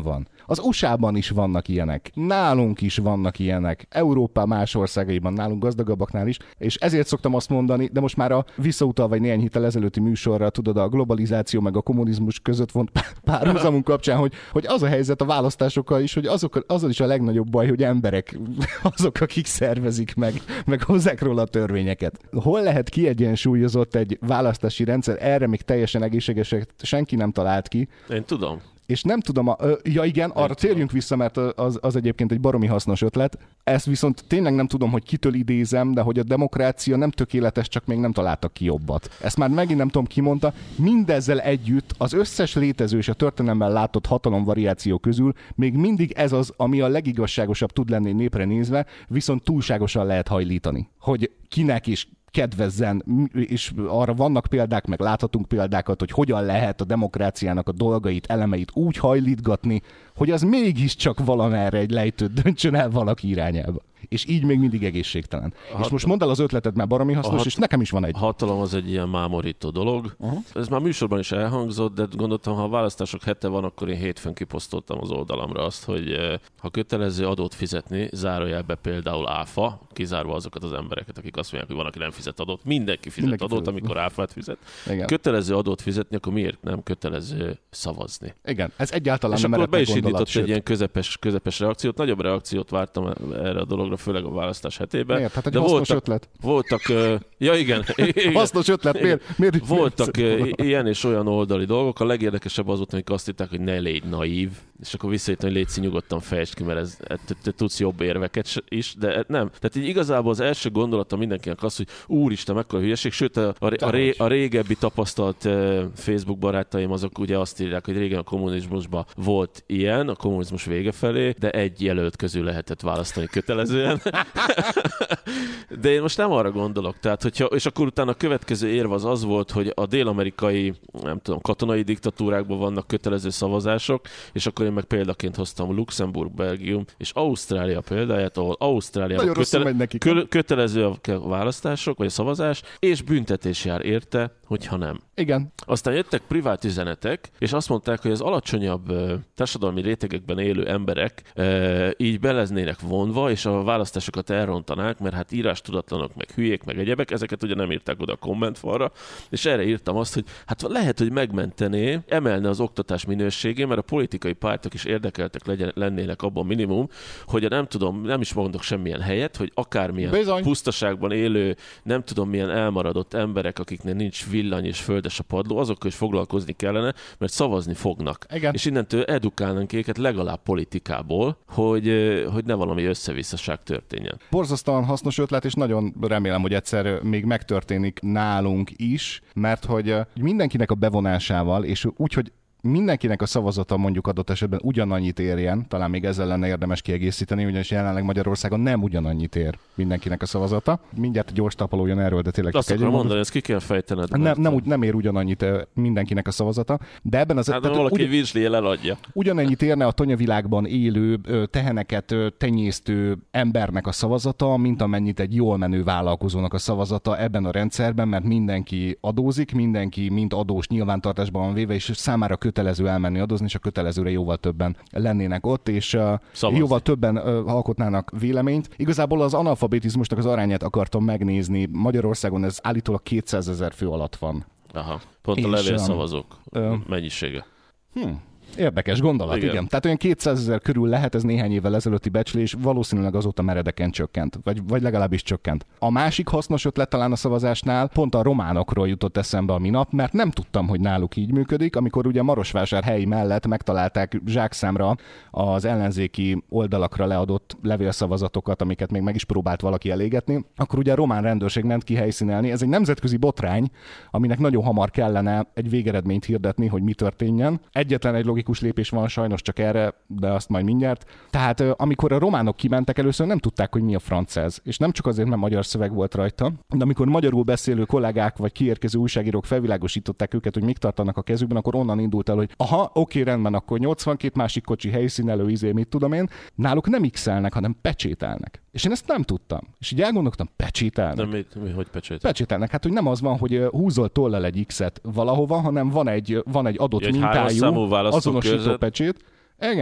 Az u es á-ban is vannak ilyenek, nálunk is vannak ilyenek, Európa más országaiban, nálunk gazdagabbaknál is, és ezért szoktam azt mondani, de most már a visszautalva egy néhány héttel ezelőtti műsorra, tudod, a globalizáció meg a kommunizmus között vont párhuzamunk kapcsán, hogy, hogy az a helyzet a választásokkal is, hogy azok, azon is a legnagyobb baj, hogy emberek azok, akik szervezik meg, meg hozzák róla a törvényeket. Hol lehet kiegyensúlyozott egy választási rendszer? Erre még teljesen egészségeset senki nem talált ki. Én tudom. És nem tudom, a, ja igen, arra térjünk vissza, mert az, az egyébként egy baromi hasznos ötlet. Ezt viszont tényleg nem tudom, hogy kitől idézem, de hogy a demokrácia nem tökéletes, csak még nem találtak ki jobbat. Ezt már megint nem tudom, ki mondta. Mindezzel együtt az összes létező és a történelemben látott hatalomvariáció közül még mindig ez az, ami a legigazságosabb tud lenni népre nézve, viszont túlságosan lehet hajlítani. Hogy kinek is kedvezzen, és arra vannak példák, meg láthatunk példákat, hogy hogyan lehet a demokráciának a dolgait, elemeit úgy hajlítgatni, hogy az mégiscsak valamerre egy lejtőt döntsön el valaki irányába. És így még mindig egészségtelen. Hat... És most mondd el az ötletet, mert baromi hasznos, hat... és nekem is van egy. A hatalom az egy ilyen mámorító dolog. Uh-huh. Ez már műsorban is elhangzott, de gondoltam, ha a választások hete van, akkor én hétfőn kiposztoltam az oldalamra azt, hogy ha kötelező adót fizetni, zárójelbe például áfa, kizárva azokat az embereket, akik azt mondják, hogy van, aki nem fizet adót, mindenki fizet mindenki adót, fizet. Amikor áfát fizet. Igen. Kötelező adót fizetni, akkor miért nem kötelező szavazni? Igen, ez egyáltalán és nem akkor be is indított sőt. egy ilyen közepes, közepes reakciót, nagyobb reakciót vártam erre a dologra, főleg a választás hetében. Miért? Hát egy de hasznos voltak, ötlet. Voltak, uh, ja igen. igen hasznos ötlet, miért? miért voltak miért? uh, ilyen és olyan oldali dolgok. A legérdekesebb az volt, amikor azt hitták, hogy ne légy naív, és akkor visszajöttem, hogy légy nyugodtan fejtsd ki, mert ez, te, te tudsz jobb érveket is, de nem. Tehát így igazából az első gondolata mindenkinek az, hogy úristen, mekkora hülyeség, sőt a, a, a, ré, a régebbi tapasztalt uh, Facebook barátaim azok ugye azt írják, hogy régen a kommunizmusban volt ilyen, a kommunizmus vége felé, de egy jelölt közül lehetett választani kötelezően. De én most nem arra gondolok, tehát hogyha, és akkor utána a következő érv az az volt, hogy a dél-amerikai, nem tudom, katonai diktatúrákban vannak kötelező szavazások, és akkor én meg példaként hoztam Luxemburg, Belgium és Ausztrália példáját, ahol Ausztráliában kötele, kö, kötelező a választások, vagy a szavazás, és büntetés jár érte, hogyha nem. Igen. Aztán jöttek privát üzenetek, és azt mondták, hogy az alacsonyabb uh, társadalmi rétegekben élő emberek uh, így beleznének vonva, és a választásokat elrontanák, mert hát írástudatlanok, meg hülyék, meg egyebek, ezeket ugye nem írták oda a kommentfalra, és erre írtam azt, hogy hát lehet, hogy megmentené, emelne az oktatás minőségén, mert a politikai pártok is érdekeltek legyen, lennének abban minimum, hogy a nem tudom, nem is mondok semmilyen helyet, hogy akármilyen Bizony. pusztaságban élő, nem tudom milyen elmaradott emberek, akiknek nincs villany és földes a padló, azokkal is foglalkozni kellene, mert szavazni fognak. Igen. És innentől edukálnánk őket legalább politikából, hogy, hogy ne valami összevisszaság történjen. Borzasztóan hasznos ötlet, és nagyon remélem, hogy egyszer még megtörténik nálunk is, mert hogy mindenkinek a bevonásával, és úgy, hogy mindenkinek a szavazata mondjuk adott esetben ugyanannyit érjen, talán még ezzel lenne érdemes kiegészíteni, ugyanis jelenleg Magyarországon nem ugyanannyit ér mindenkinek a szavazata. Mindjárt gyors tapaló jön erről, de tényleg... Azt akarom mondani, ezt ki kell fejtened. Nem, nem, úgy, nem ér ugyanannyit mindenkinek a szavazata, de ebben az... Hát valaki ugy, virsli eladja. Ugyanennyit érne a tanyavilágban élő, teheneket tenyésztő embernek a szavazata, mint amennyit egy jól menő vállalkozónak a szavazata ebben a rendszerben, mert mindenki adózik, mindenki mint adós nyilvántartásban van véve, és számára kötelező elmenni adózni, és a kötelezőre jóval többen lennének ott, és uh, jóval többen uh, alkotnának véleményt. Igazából az analfabetizmusnak az arányát akartam megnézni. Magyarországon ez állítólag kétszázezer fő alatt van. Aha, pont és, a levélszavazók uh, mennyisége. Hm. Érdekes gondolat, igen. igen. Tehát olyan kétszázezer körül lehet, ez néhány évvel ezelőtti becslés, valószínűleg azóta meredeken csökkent, vagy, vagy legalábbis csökkent. A másik hasznos ötlet talán a szavazásnál pont a románokról jutott eszembe a minap, mert nem tudtam, hogy náluk így működik, amikor ugye Marosvásárhely mellett megtalálták zsákszámra az ellenzéki oldalakra leadott levélszavazatokat, amiket még meg is próbált valaki elégetni, akkor ugye a román rendőrség ment ki helyszínelni. Ez egy nemzetközi botrány, aminek nagyon hamar kellene egy végeredményt hirdetni, hogy mi történjen. Egyetlen egy logikus lépés van sajnos csak erre, de azt majd mindjárt. Tehát amikor a románok kimentek, először nem tudták, hogy mi a franc ez. És nem csak azért, mert magyar szöveg volt rajta, de amikor magyarul beszélő kollégák vagy kiérkező újságírók felvilágosították őket, hogy mik tartanak a kezükben, akkor onnan indult el, hogy aha, oké, rendben, akkor nyolcvankét másik kocsi helyszínelő, izé, mit tudom én. Náluk nem x-elnek, hanem pecsételnek. És én ezt nem tudtam. És így elgondoltam, pecsételnek. De mi, mi, hogy pecsételnek? Pecsételnek. Hát, hogy nem az van, hogy húzol tollal egy X-et valahova, hanem van egy, van egy adott egy mintájú, azonosító között. pecsét. Igen.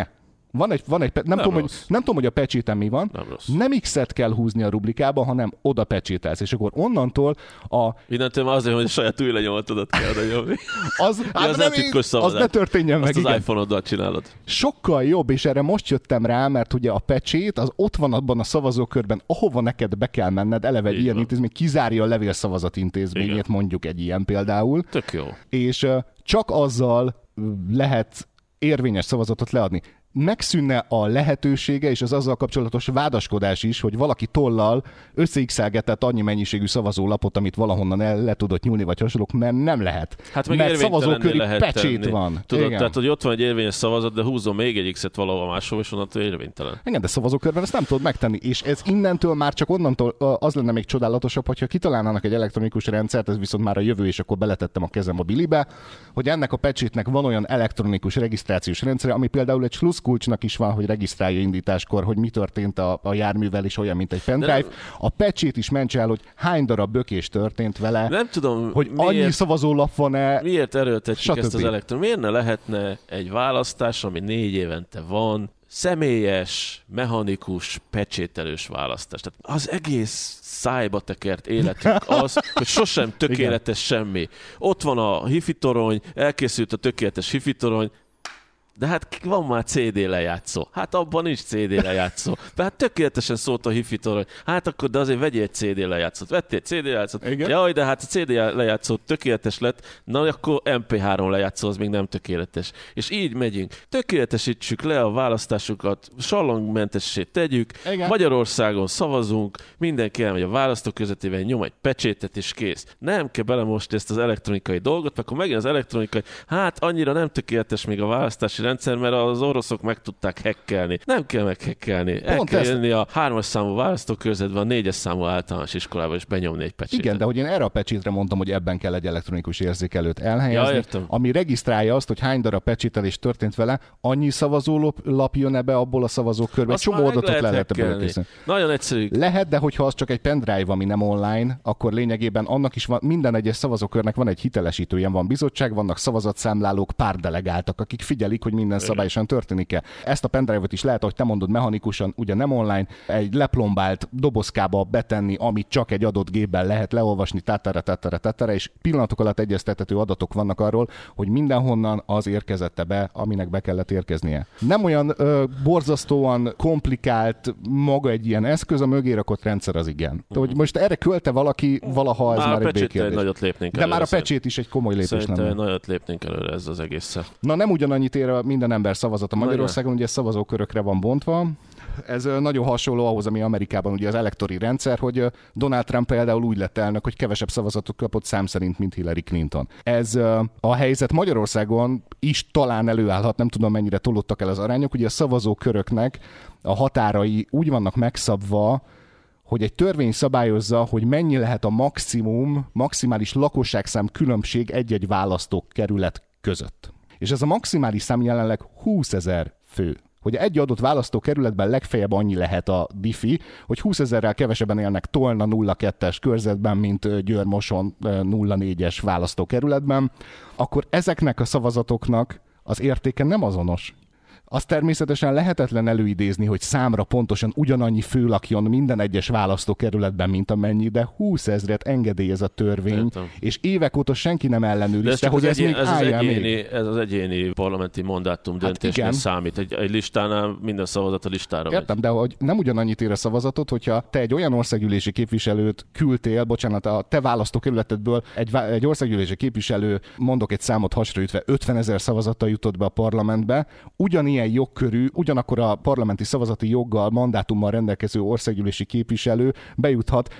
Van egy, van egy, nem, nem, tudom, hogy, nem tudom, hogy a pecséten mi van. Nem, nem X-et kell húzni a rubrikába, hanem oda pecsételsz. És akkor onnantól a... Innentől már azért, hogy a saját új lenyomatodat kell oda nyomni. Az, ja, az nem titkos szavazat. Az ne történjen meg. Azt az iPhone-oddal csinálod. Sokkal jobb, és erre most jöttem rá, mert ugye a pecsét az ott van abban a szavazókörben, ahova neked be kell menned, eleve egy ilyen intézmény, kizárja a levélszavazat intézményét, igen. mondjuk egy ilyen például. Tök jó. És uh, csak azzal lehet érvényes szavazatot leadni. Megszűnne a lehetősége és az azzal kapcsolatos vádaskodás is, hogy valaki tollal összeixelgetett annyi mennyiségű szavazólapot, amit valahonnan el le tudott nyúlni, vagy hasonlók, mert nem lehet. Hát meg mert szavazóköri pecsét tenni. van. Tudod, igen. tehát, hogy ott van egy érvényes szavazat, de húzom még egy X-et valahol máshol, és onnantól érvénytelen. Igen, de szavazókörben ezt nem tudod megtenni, és ez innentől már csak onnantól az lenne még csodálatosabb, hogyha kitalálnának egy elektronikus rendszert, ez viszont már a jövő, és akkor beletettem a kezem a bilibe, hogy ennek a pecsétnek van olyan elektronikus regisztrációs rendszer, ami például egy sluszkulcsnak is van, hogy regisztrálja indításkor, hogy mi történt a, a járművel, és olyan, mint egy pendrive. Nem... A pecsét is mentse el, hogy hány darab bökés történt vele, nem tudom, hogy miért, annyi szavazólap van-e. Miért erőltetjük ezt az elektron? Miért ne lehetne egy választás, ami négy évente van, személyes, mechanikus, pecsételős választás. Tehát az egész szájba tekert életünk az, hogy sosem tökéletes igen. semmi. Ott van a hifi torony, elkészült a tökéletes hifi torony, de hát van már cé dé lejátszó. Hát abban is cé dé lejátszó. Tehát tökéletesen szólt a hifi torony. Hát akkor, de azért vegyél egy cé dé lejátszót. Vettél egy cé dé lejátszót. Igen? Jaj, de hát a cé dé lejátszó tökéletes lett, na akkor em pé három lejátszó az még nem tökéletes. És így megyünk. Tökéletesítsük le a választásukat, sallangmentessé tegyük. Igen. Magyarországon szavazunk, mindenki elmegy a választókörzetében, nyom egy pecsétet és kész. Nem kell belemosni ezt az elektronikai dolgot, akkor megint az elektronikai, hát annyira nem tökéletes még a választási rendszer, mert az oroszok meg tudták hackelni. Nem kell meghackelni. El Pont kell ezt... jönni a hármas számú választókörzetben, a négyes számú általános iskolában, és benyomni egy pecsétet. Igen, de hogy én erre a pecsétre mondtam, hogy ebben kell egy elektronikus érzékelőt elhelyezni, ja, ami regisztrálja azt, hogy hány darab pecsételés történt vele, annyi szavazólap jön ebbe abból a szavazókörbe. Egy csomó adatot le lehet ebből készíteni. Nagyon egyszerű. Lehet, de hogyha az csak egy pendrive, ami nem online, akkor lényegében annak is van, minden egyes szavazókörnek van egy hitelesítője, van bizottság, vannak szavazatszámlálók, pártdelegáltak, akik figyelik, hogy minden szabályosan történik-e. Ezt a pendrive-ot is lehet, ahogy te mondod, mechanikusan, ugye nem online, egy leplombált dobozkába betenni, amit csak egy adott gépben lehet leolvasni, tatara, tatara, tatara, és pillanatok alatt egyeztethető adatok vannak arról, hogy mindenhonnan az érkezette be, aminek be kellett érkeznie. Nem olyan ö, borzasztóan komplikált maga egy ilyen eszköz, a mögé rakott rendszer az igen. Uh-huh. Hogy most erre költe valaki, valaha ez már, már egy békérdés. Nagyot lépnénk De már a pecsét is egy komoly lépés lenne. Szerintem nagyot lépnénk előre ez az egésszel. Na nem ugyanannyit ér minden ember szavazata Magyarországon, ugye szavazókörökre van bontva. Ez nagyon hasonló ahhoz, ami Amerikában ugye az elektori rendszer, hogy Donald Trump például úgy lett elnök, hogy kevesebb szavazatot kapott szám szerint, mint Hillary Clinton. Ez a helyzet Magyarországon is talán előállhat, nem tudom mennyire tolódtak el az arányok, ugye a szavazóköröknek a határai úgy vannak megszabva, hogy egy törvény szabályozza, hogy mennyi lehet a maximum, maximális lakosságszám különbség egy-egy választókerület között. És ez a maximális szám jelenleg húszezer fő. Hogy egy adott választókerületben legfeljebb annyi lehet a diffi, hogy húszezerrel kevesebben élnek Tolna nulla kettes körzetben, mint Győr-Moson nulla négyes választókerületben, akkor ezeknek a szavazatoknak az értéke nem azonos. Az természetesen lehetetlen előidézni, hogy számra pontosan ugyanannyi fő lakjon minden egyes választókerületben, mint amennyi, de húszezret engedélyez a törvény, Értem. és évek óta senki nem ellenőrizte, hogy ez egyén, még ez az, egyéni, még. ez az egyéni parlamenti mandátum döntésnél hát számít. Egy, egy listánál minden szavazat a listára Értem, megy. de hogy nem ugyanannyit ér a szavazatot, hogyha te egy olyan országgyűlési képviselőt küldtél, bocsánat, a te választókerületedből egy, egy országgyűlési képviselő, mondok egy számot hasraütve, ötvenezer szavazattal jutott be a parlamentbe, ugyanígy ilyen jogkörű, ugyanakkor a parlamenti szavazati joggal, mandátummal rendelkező országgyűlési képviselő bejuthat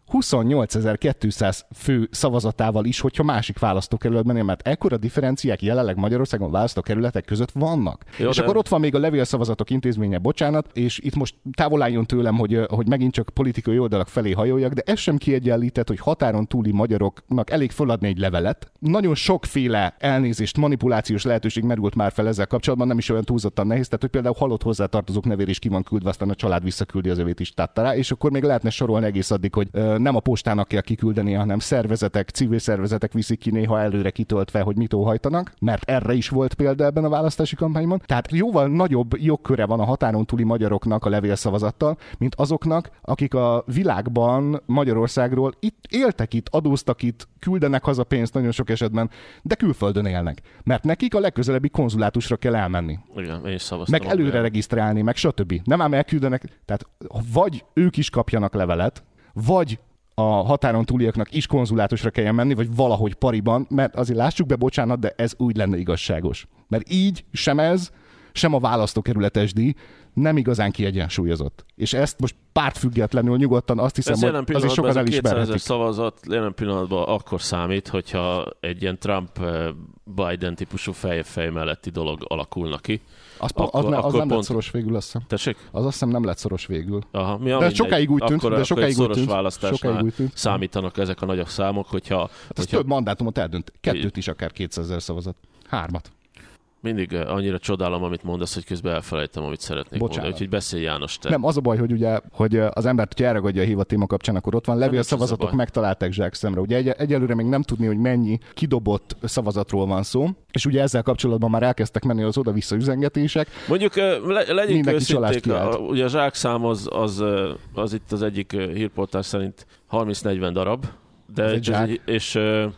huszonnyolcezer-kétszáz fő szavazatával is, hogyha másik választókerületben él, mert ekkora differenciák jelenleg Magyarországon választókerületek között vannak. Jó, és de... akkor ott van még a levélszavazatok intézménye, bocsánat, és itt most távol álljon tőlem, hogy, hogy megint csak politikai oldalak felé hajoljak, de ez sem kiegyenlített, hogy határon túli magyaroknak elég föladni egy levelet. Nagyon sokféle elnézést, manipulációs lehetőség merült már fel ezzel kapcsolatban, nem is olyan túlzottan nehéz, tehát hogy például halott hozzátartozók nevére is ki van küldve, aztán a család visszaküldi az övét is tattará, és akkor még lehetne sorolni egész addig, hogy nem a postának kell kiküldeni, hanem szervezetek, civil szervezetek viszik ki néha előre kitöltve, hogy mit óhajtanak, mert erre is volt példa ebben a választási kampányban. Tehát jóval nagyobb jogköre van a határon túli magyaroknak a levélszavazattal, mint azoknak, akik a világban Magyarországról itt éltek itt, adóztak itt, küldenek haza pénzt nagyon sok esetben, de külföldön élnek. Mert nekik a legközelebbi konzulátusra kell elmenni. Igen, én is szavaztam. Meg előre olyan. regisztrálni, meg stb. Nem ám elküldenek, tehát vagy ők is kapjanak levelet, vagy a határon túliaknak is konzulátusra kelljen menni, vagy valahogy pariban, mert azért lássuk be, bocsánat, de ez úgy lenne igazságos. Mert így sem ez, sem a választókerületes díj nem igazán kiegyensúlyozott. És ezt most pártfüggetlenül nyugodtan azt hiszem, ez hogy azért sokan el is kétszázezer szavazat jelen pillanatban akkor számít, hogyha egy ilyen Trump-Biden típusú fej-fej melletti dolog alakulna ki. Az, akkor, az, ne, az nem pont... lett szoros végül, azt hiszem. Tessék? Az azt hiszem nem lett szoros végül. Aha, mi de mindegy, sokáig úgy tűnt, akkor, de sokáig szoros úgy tűnt. választásnál úgy tűnt. számítanak ezek a nagyobb számok, hogyha... Hát hogyha... több mandátumot eldönt. Kettőt is akár kétszázezer szavazat. Hármat. Mindig annyira csodálom, amit mondasz, hogy közben elfelejtem, amit szeretnék Bocsánat. mondani. Úgyhogy beszélj, János, te. Nem, az a baj, hogy ugye, hogy az embert, hogyha elragadja a hív a téma kapcsán, akkor ott van levélszavazatok, megtalálták zsákszemre. Ugye egy, egyelőre még nem tudni, hogy mennyi kidobott szavazatról van szó, és ugye ezzel kapcsolatban már elkezdtek menni az oda-vissza üzengetések. Mondjuk le, legyünk őszinték, a, ugye a zsákszám az, az, az itt az egyik hírportál szerint harminc-negyven darab, de egy egy, és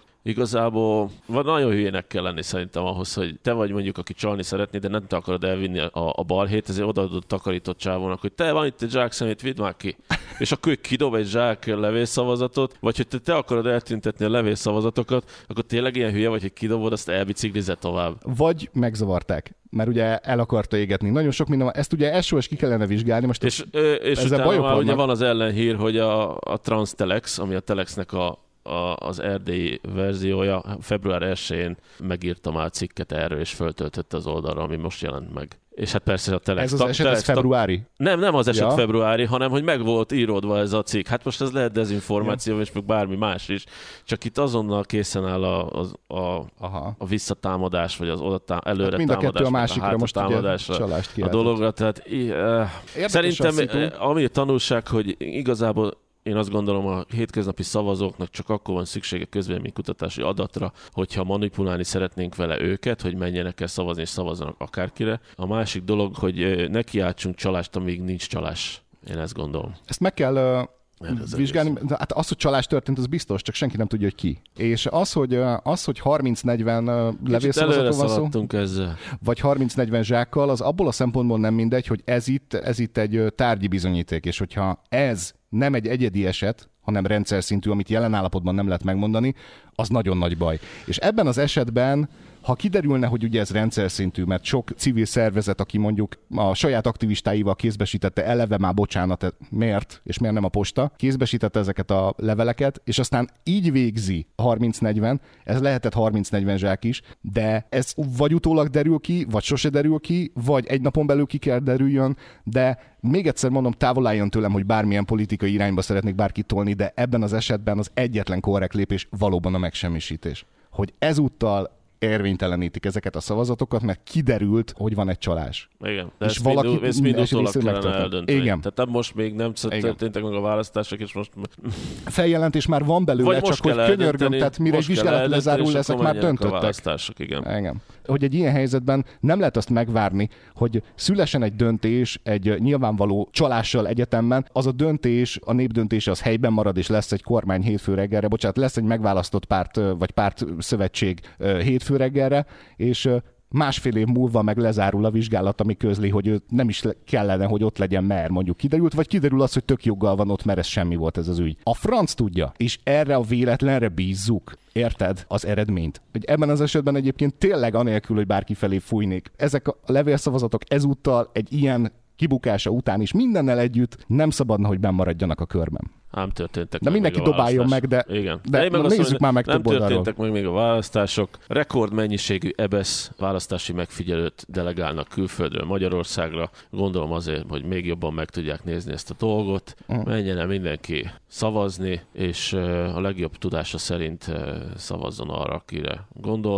igazából nagyon hülyének kell lenni szerintem ahhoz, hogy te vagy mondjuk, aki csalni szeretné, de nem te akarod elvinni a, a balhét, ezért odaadott takarított csávónak, hogy te van itt egy zsákszemét, vidd már ki. És akkor ő kidob egy zsák levélszavazatot, vagy hogy te, te akarod eltüntetni a levélszavazatokat, akkor tényleg ilyen hülye vagy, hogy kidobod, azt elbiciklizze tovább. Vagy megzavarták, mert ugye el akarta égetni. Nagyon sok minden van. Ezt ugye es o es ki kellene vizsgálni. Most és és utána már ugye van az ellenhír, hogy a, a Transtelex, ami a Telexnek a A, az erdélyi verziója február elsején megírta már cikket erről, és föltöltötte az oldalra, ami most jelent meg. És hát persze a Telex... Ez az eset, ez februári? Nem, nem az eset ja. februári, hanem hogy meg volt íródva ez a cikk. Hát most ez lehet dezinformáció, ja. és meg bármi más is. Csak itt azonnal készen áll a, a, a, a visszatámadás, vagy az oda tá, előre hát mind a kettő a másikra, a most támadásra, a dologra. Tehát uh, szerintem ami a tanulság, hogy igazából én azt gondolom, a hétköznapi szavazóknak csak akkor van szüksége közvéleménykutatási adatra, hogyha manipulálni szeretnénk vele őket, hogy menjenek el szavazni és szavazzanak akárkire. A másik dolog, hogy nekiáltsunk csalást, amíg nincs csalás. Én ezt gondolom. Ezt meg kell uh, vizsgálni. Hát az, hogy csalás történt, az biztos, csak senki nem tudja, hogy ki. És az, hogy, az, hogy harminc-negyven levélszavazatról van szó, ezzel. vagy harminc-negyven zsákkal, az abból a szempontból nem mindegy, hogy ez itt, ez itt egy tárgyi bizonyíték, és hogyha ez nem egy egyedi eset, hanem rendszer szintű, amit jelen állapotban nem lehet megmondani, az nagyon nagy baj. És ebben az esetben, ha kiderülne, hogy ugye ez rendszer szintű, mert sok civil szervezet, aki mondjuk a saját aktivistáival kézbesítette eleve már bocsánat, miért, és miért nem a posta, kézbesítette ezeket a leveleket, és aztán így végzi harminc-negyven, ez lehetett harminc-negyven zsák is, de ez vagy utólag derül ki, vagy sose derül ki, vagy egy napon belül ki kell derüljön, de még egyszer mondom, távol álljon tőlem, hogy bármilyen politikai irányba szeretnék bárkit tolni, de ebben az esetben az egyetlen korrekt lépés valóban a megsemmisítés. Hogy ezúttal érvénytelenítik ezeket a szavazatokat, mert kiderült, hogy van egy csalás. Igen, de és ezt valaki, mind, ezt mind utólag kellene eldönteni. Igen. Tehát most még nem történtek meg a választások, és most... Feljelentés már van belőle, csak hogy könyörgöm, tehát mire egy vizsgálat lezárul, ezek már döntöttek. Igen. Igen. Hogy egy ilyen helyzetben nem lehet azt megvárni, hogy szülessen egy döntés egy nyilvánvaló csalással egyetemben, az a döntés, a népdöntése az helyben marad, és lesz egy kormány hétfő reggelre, bocsánat, lesz egy megválasztott párt, vagy párt szövetség hétfő reggelre, és másfél év múlva meg lezárul a vizsgálat, ami közli, hogy ő nem is kellene, hogy ott legyen, mert mondjuk kiderült, vagy kiderül az, hogy tök joggal van ott, mert ez semmi volt ez az ügy. A franc tudja, és erre a véletlenre bízzuk. Érted az eredményt? Hogy ebben az esetben egyébként tényleg anélkül, hogy bárki felé fújnék. Ezek a levélszavazatok ezúttal egy ilyen kibukása után is mindennel együtt nem szabadna, hogy benn maradjanak a körben. Nem történtek de mindenki dobáljon meg, de, igen. de, de nézzük mondom, már meg nem több oldalról. Nem történtek meg még a választások. Rekordmennyiségű EBESZ választási megfigyelőt delegálnak külföldről Magyarországra. Gondolom azért, hogy még jobban meg tudják nézni ezt a dolgot. Uh. Menjen el mindenki szavazni, és a legjobb tudása szerint szavazzon arra, akire gondolt.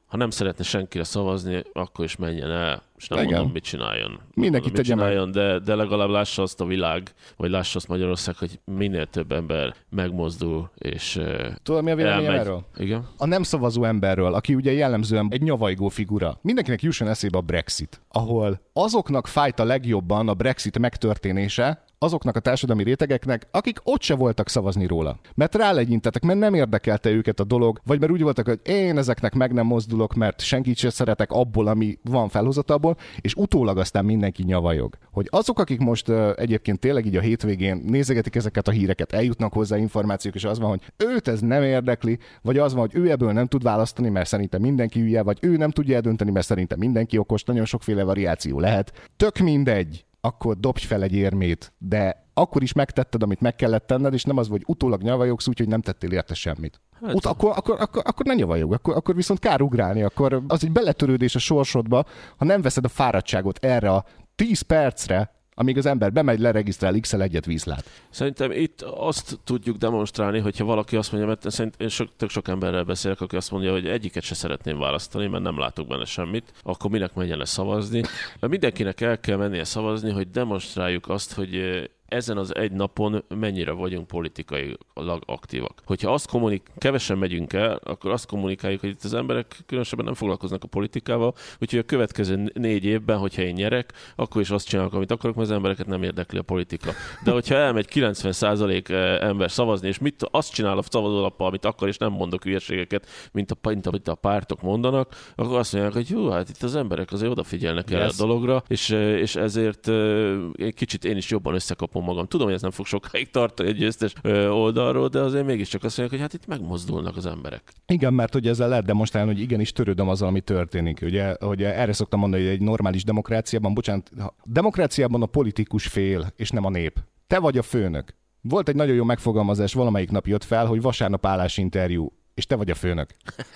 Ha nem szeretne senkire szavazni, akkor is menjen el, és nem Igen. mondom, mit csináljon. Mindenki mit tegye csináljon, de, de legalább lássa azt a világ, vagy lássa azt Magyarország, hogy minél több ember megmozdul, és Tudod, mi a véleményem elmegy. erről? Igen? A nem szavazó emberről, aki ugye jellemzően egy nyavajgó figura. Mindenkinek jusson eszébe a Brexit, ahol azoknak fájt a legjobban a Brexit megtörténése, azoknak a társadalmi rétegeknek, akik ott se voltak szavazni róla. Mert rálegyintetek, mert nem érdekelte őket a dolog, vagy mert úgy voltak, hogy én ezeknek meg nem mozdulok, mert senkit sem szeretek abból, ami van felhozatalból, és utólag aztán mindenki nyavajog. Hogy azok, akik most uh, egyébként tényleg így a hétvégén nézegetik ezeket a híreket, eljutnak hozzá információk, és az van, hogy őt ez nem érdekli, vagy az van, hogy ő ebből nem tud választani, mert szerintem mindenki hülye, vagy ő nem tudja eldönteni, mert szerintem mindenki okos, nagyon sokféle variáció lehet. Tök mindegy. Akkor dobj fel egy érmét, de akkor is megtetted, amit meg kellett tenned, és nem az, hogy utólag nyavajogsz, úgyhogy nem tettél érte semmit. Hát, Ut- akkor, akkor, akkor, akkor ne nyavajog, akkor, akkor viszont kár ugrálni, akkor az egy beletörődés a sorsodba, ha nem veszed a fáradtságot erre a tíz percre, amíg az ember bemegy, leregisztrál, x-el egyet vízlát. Szerintem itt azt tudjuk demonstrálni, hogyha valaki azt mondja, mert szerint én sok, tök sok emberrel beszélek, aki azt mondja, hogy egyiket se szeretném választani, mert nem látok benne semmit, akkor minek menjen le szavazni. Mert mindenkinek el kell mennie szavazni, hogy demonstráljuk azt, hogy ezen az egy napon mennyire vagyunk politikailag aktívak. Hogyha azt kommunik, kevesen megyünk el, akkor azt kommunikáljuk, hogy itt az emberek különösebben nem foglalkoznak a politikával, úgyhogy a következő négy évben, hogyha én nyerek, akkor is azt csinálok, amit akarok, mert az embereket nem érdekli a politika. De hogyha elmegy kilencven százalék ember szavazni, és mit, azt csinál a szavazólappal, amit akar, és nem mondok hülyeségeket, mint, a, mint amit a pártok mondanak, akkor azt mondják, hogy jó, hát itt az emberek azért odafigyelnek yes. el a dologra, és, és ezért egy kicsit én is jobban összekapom magam. Tudom, hogy ez nem fog sokáig tartani egy győztes oldalról, de azért mégiscsak azt mondják, hogy hát itt megmozdulnak az emberek. Igen, mert ugye ezzel lehet demonstrálni, hogy igenis törődöm azzal, ami történik. Ugye, ugye erre szoktam mondani, hogy egy normális demokráciában, bocsánat, demokráciában a politikus fél, és nem a nép. Te vagy a főnök. Volt egy nagyon jó megfogalmazás, valamelyik nap jött fel, hogy vasárnap állásinterjú, és te vagy a főnök.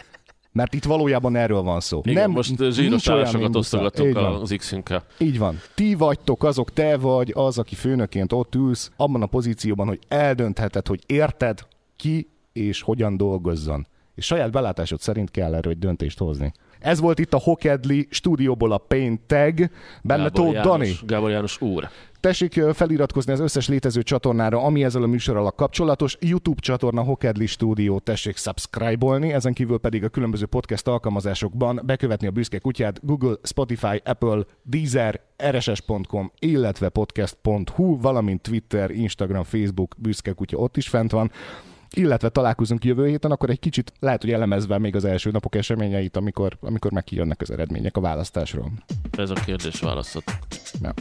Mert itt valójában erről van szó. Igen, nem, most zsíros állásokat osztogatunk az X-ünkkel. Így van. Ti vagytok azok, te vagy az, aki főnökként ott ülsz, abban a pozícióban, hogy eldöntheted, hogy érted ki és hogyan dolgozzon. És saját belátásod szerint kell erről egy döntést hozni. Ez volt itt a Hokedli stúdióból a Paintag, benne Tóth Dani. Gábor János úr. Tessék feliratkozni az összes létező csatornára, ami ezzel a műsorral kapcsolatos. YouTube csatorna Hokedli Stúdió, tessék subscribe-olni, ezen kívül pedig a különböző podcast alkalmazásokban bekövetni a Büszke Kutyát, Google, Spotify, Apple, Deezer, er es es pont com, illetve podcast pont hu, valamint Twitter, Instagram, Facebook, Büszke Kutya ott is fent van. Illetve találkozunk jövő héten, akkor egy kicsit lehet, hogy elemezve még az első napok eseményeit, amikor, amikor megkijönnek az eredmények a választásról. Ez a kérdés választott. Ja.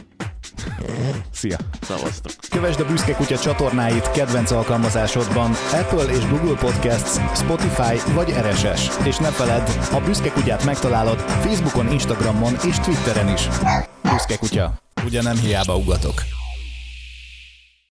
Szia! Szavaztok! Kövesd a Büszke Kutya csatornáit kedvenc alkalmazásodban, Apple és Google Podcasts, Spotify vagy er es es. És ne feledd, a Büszke Kutyát megtalálod Facebookon, Instagramon és Twitteren is. Büszke Kutya. Ugye nem hiába ugatok.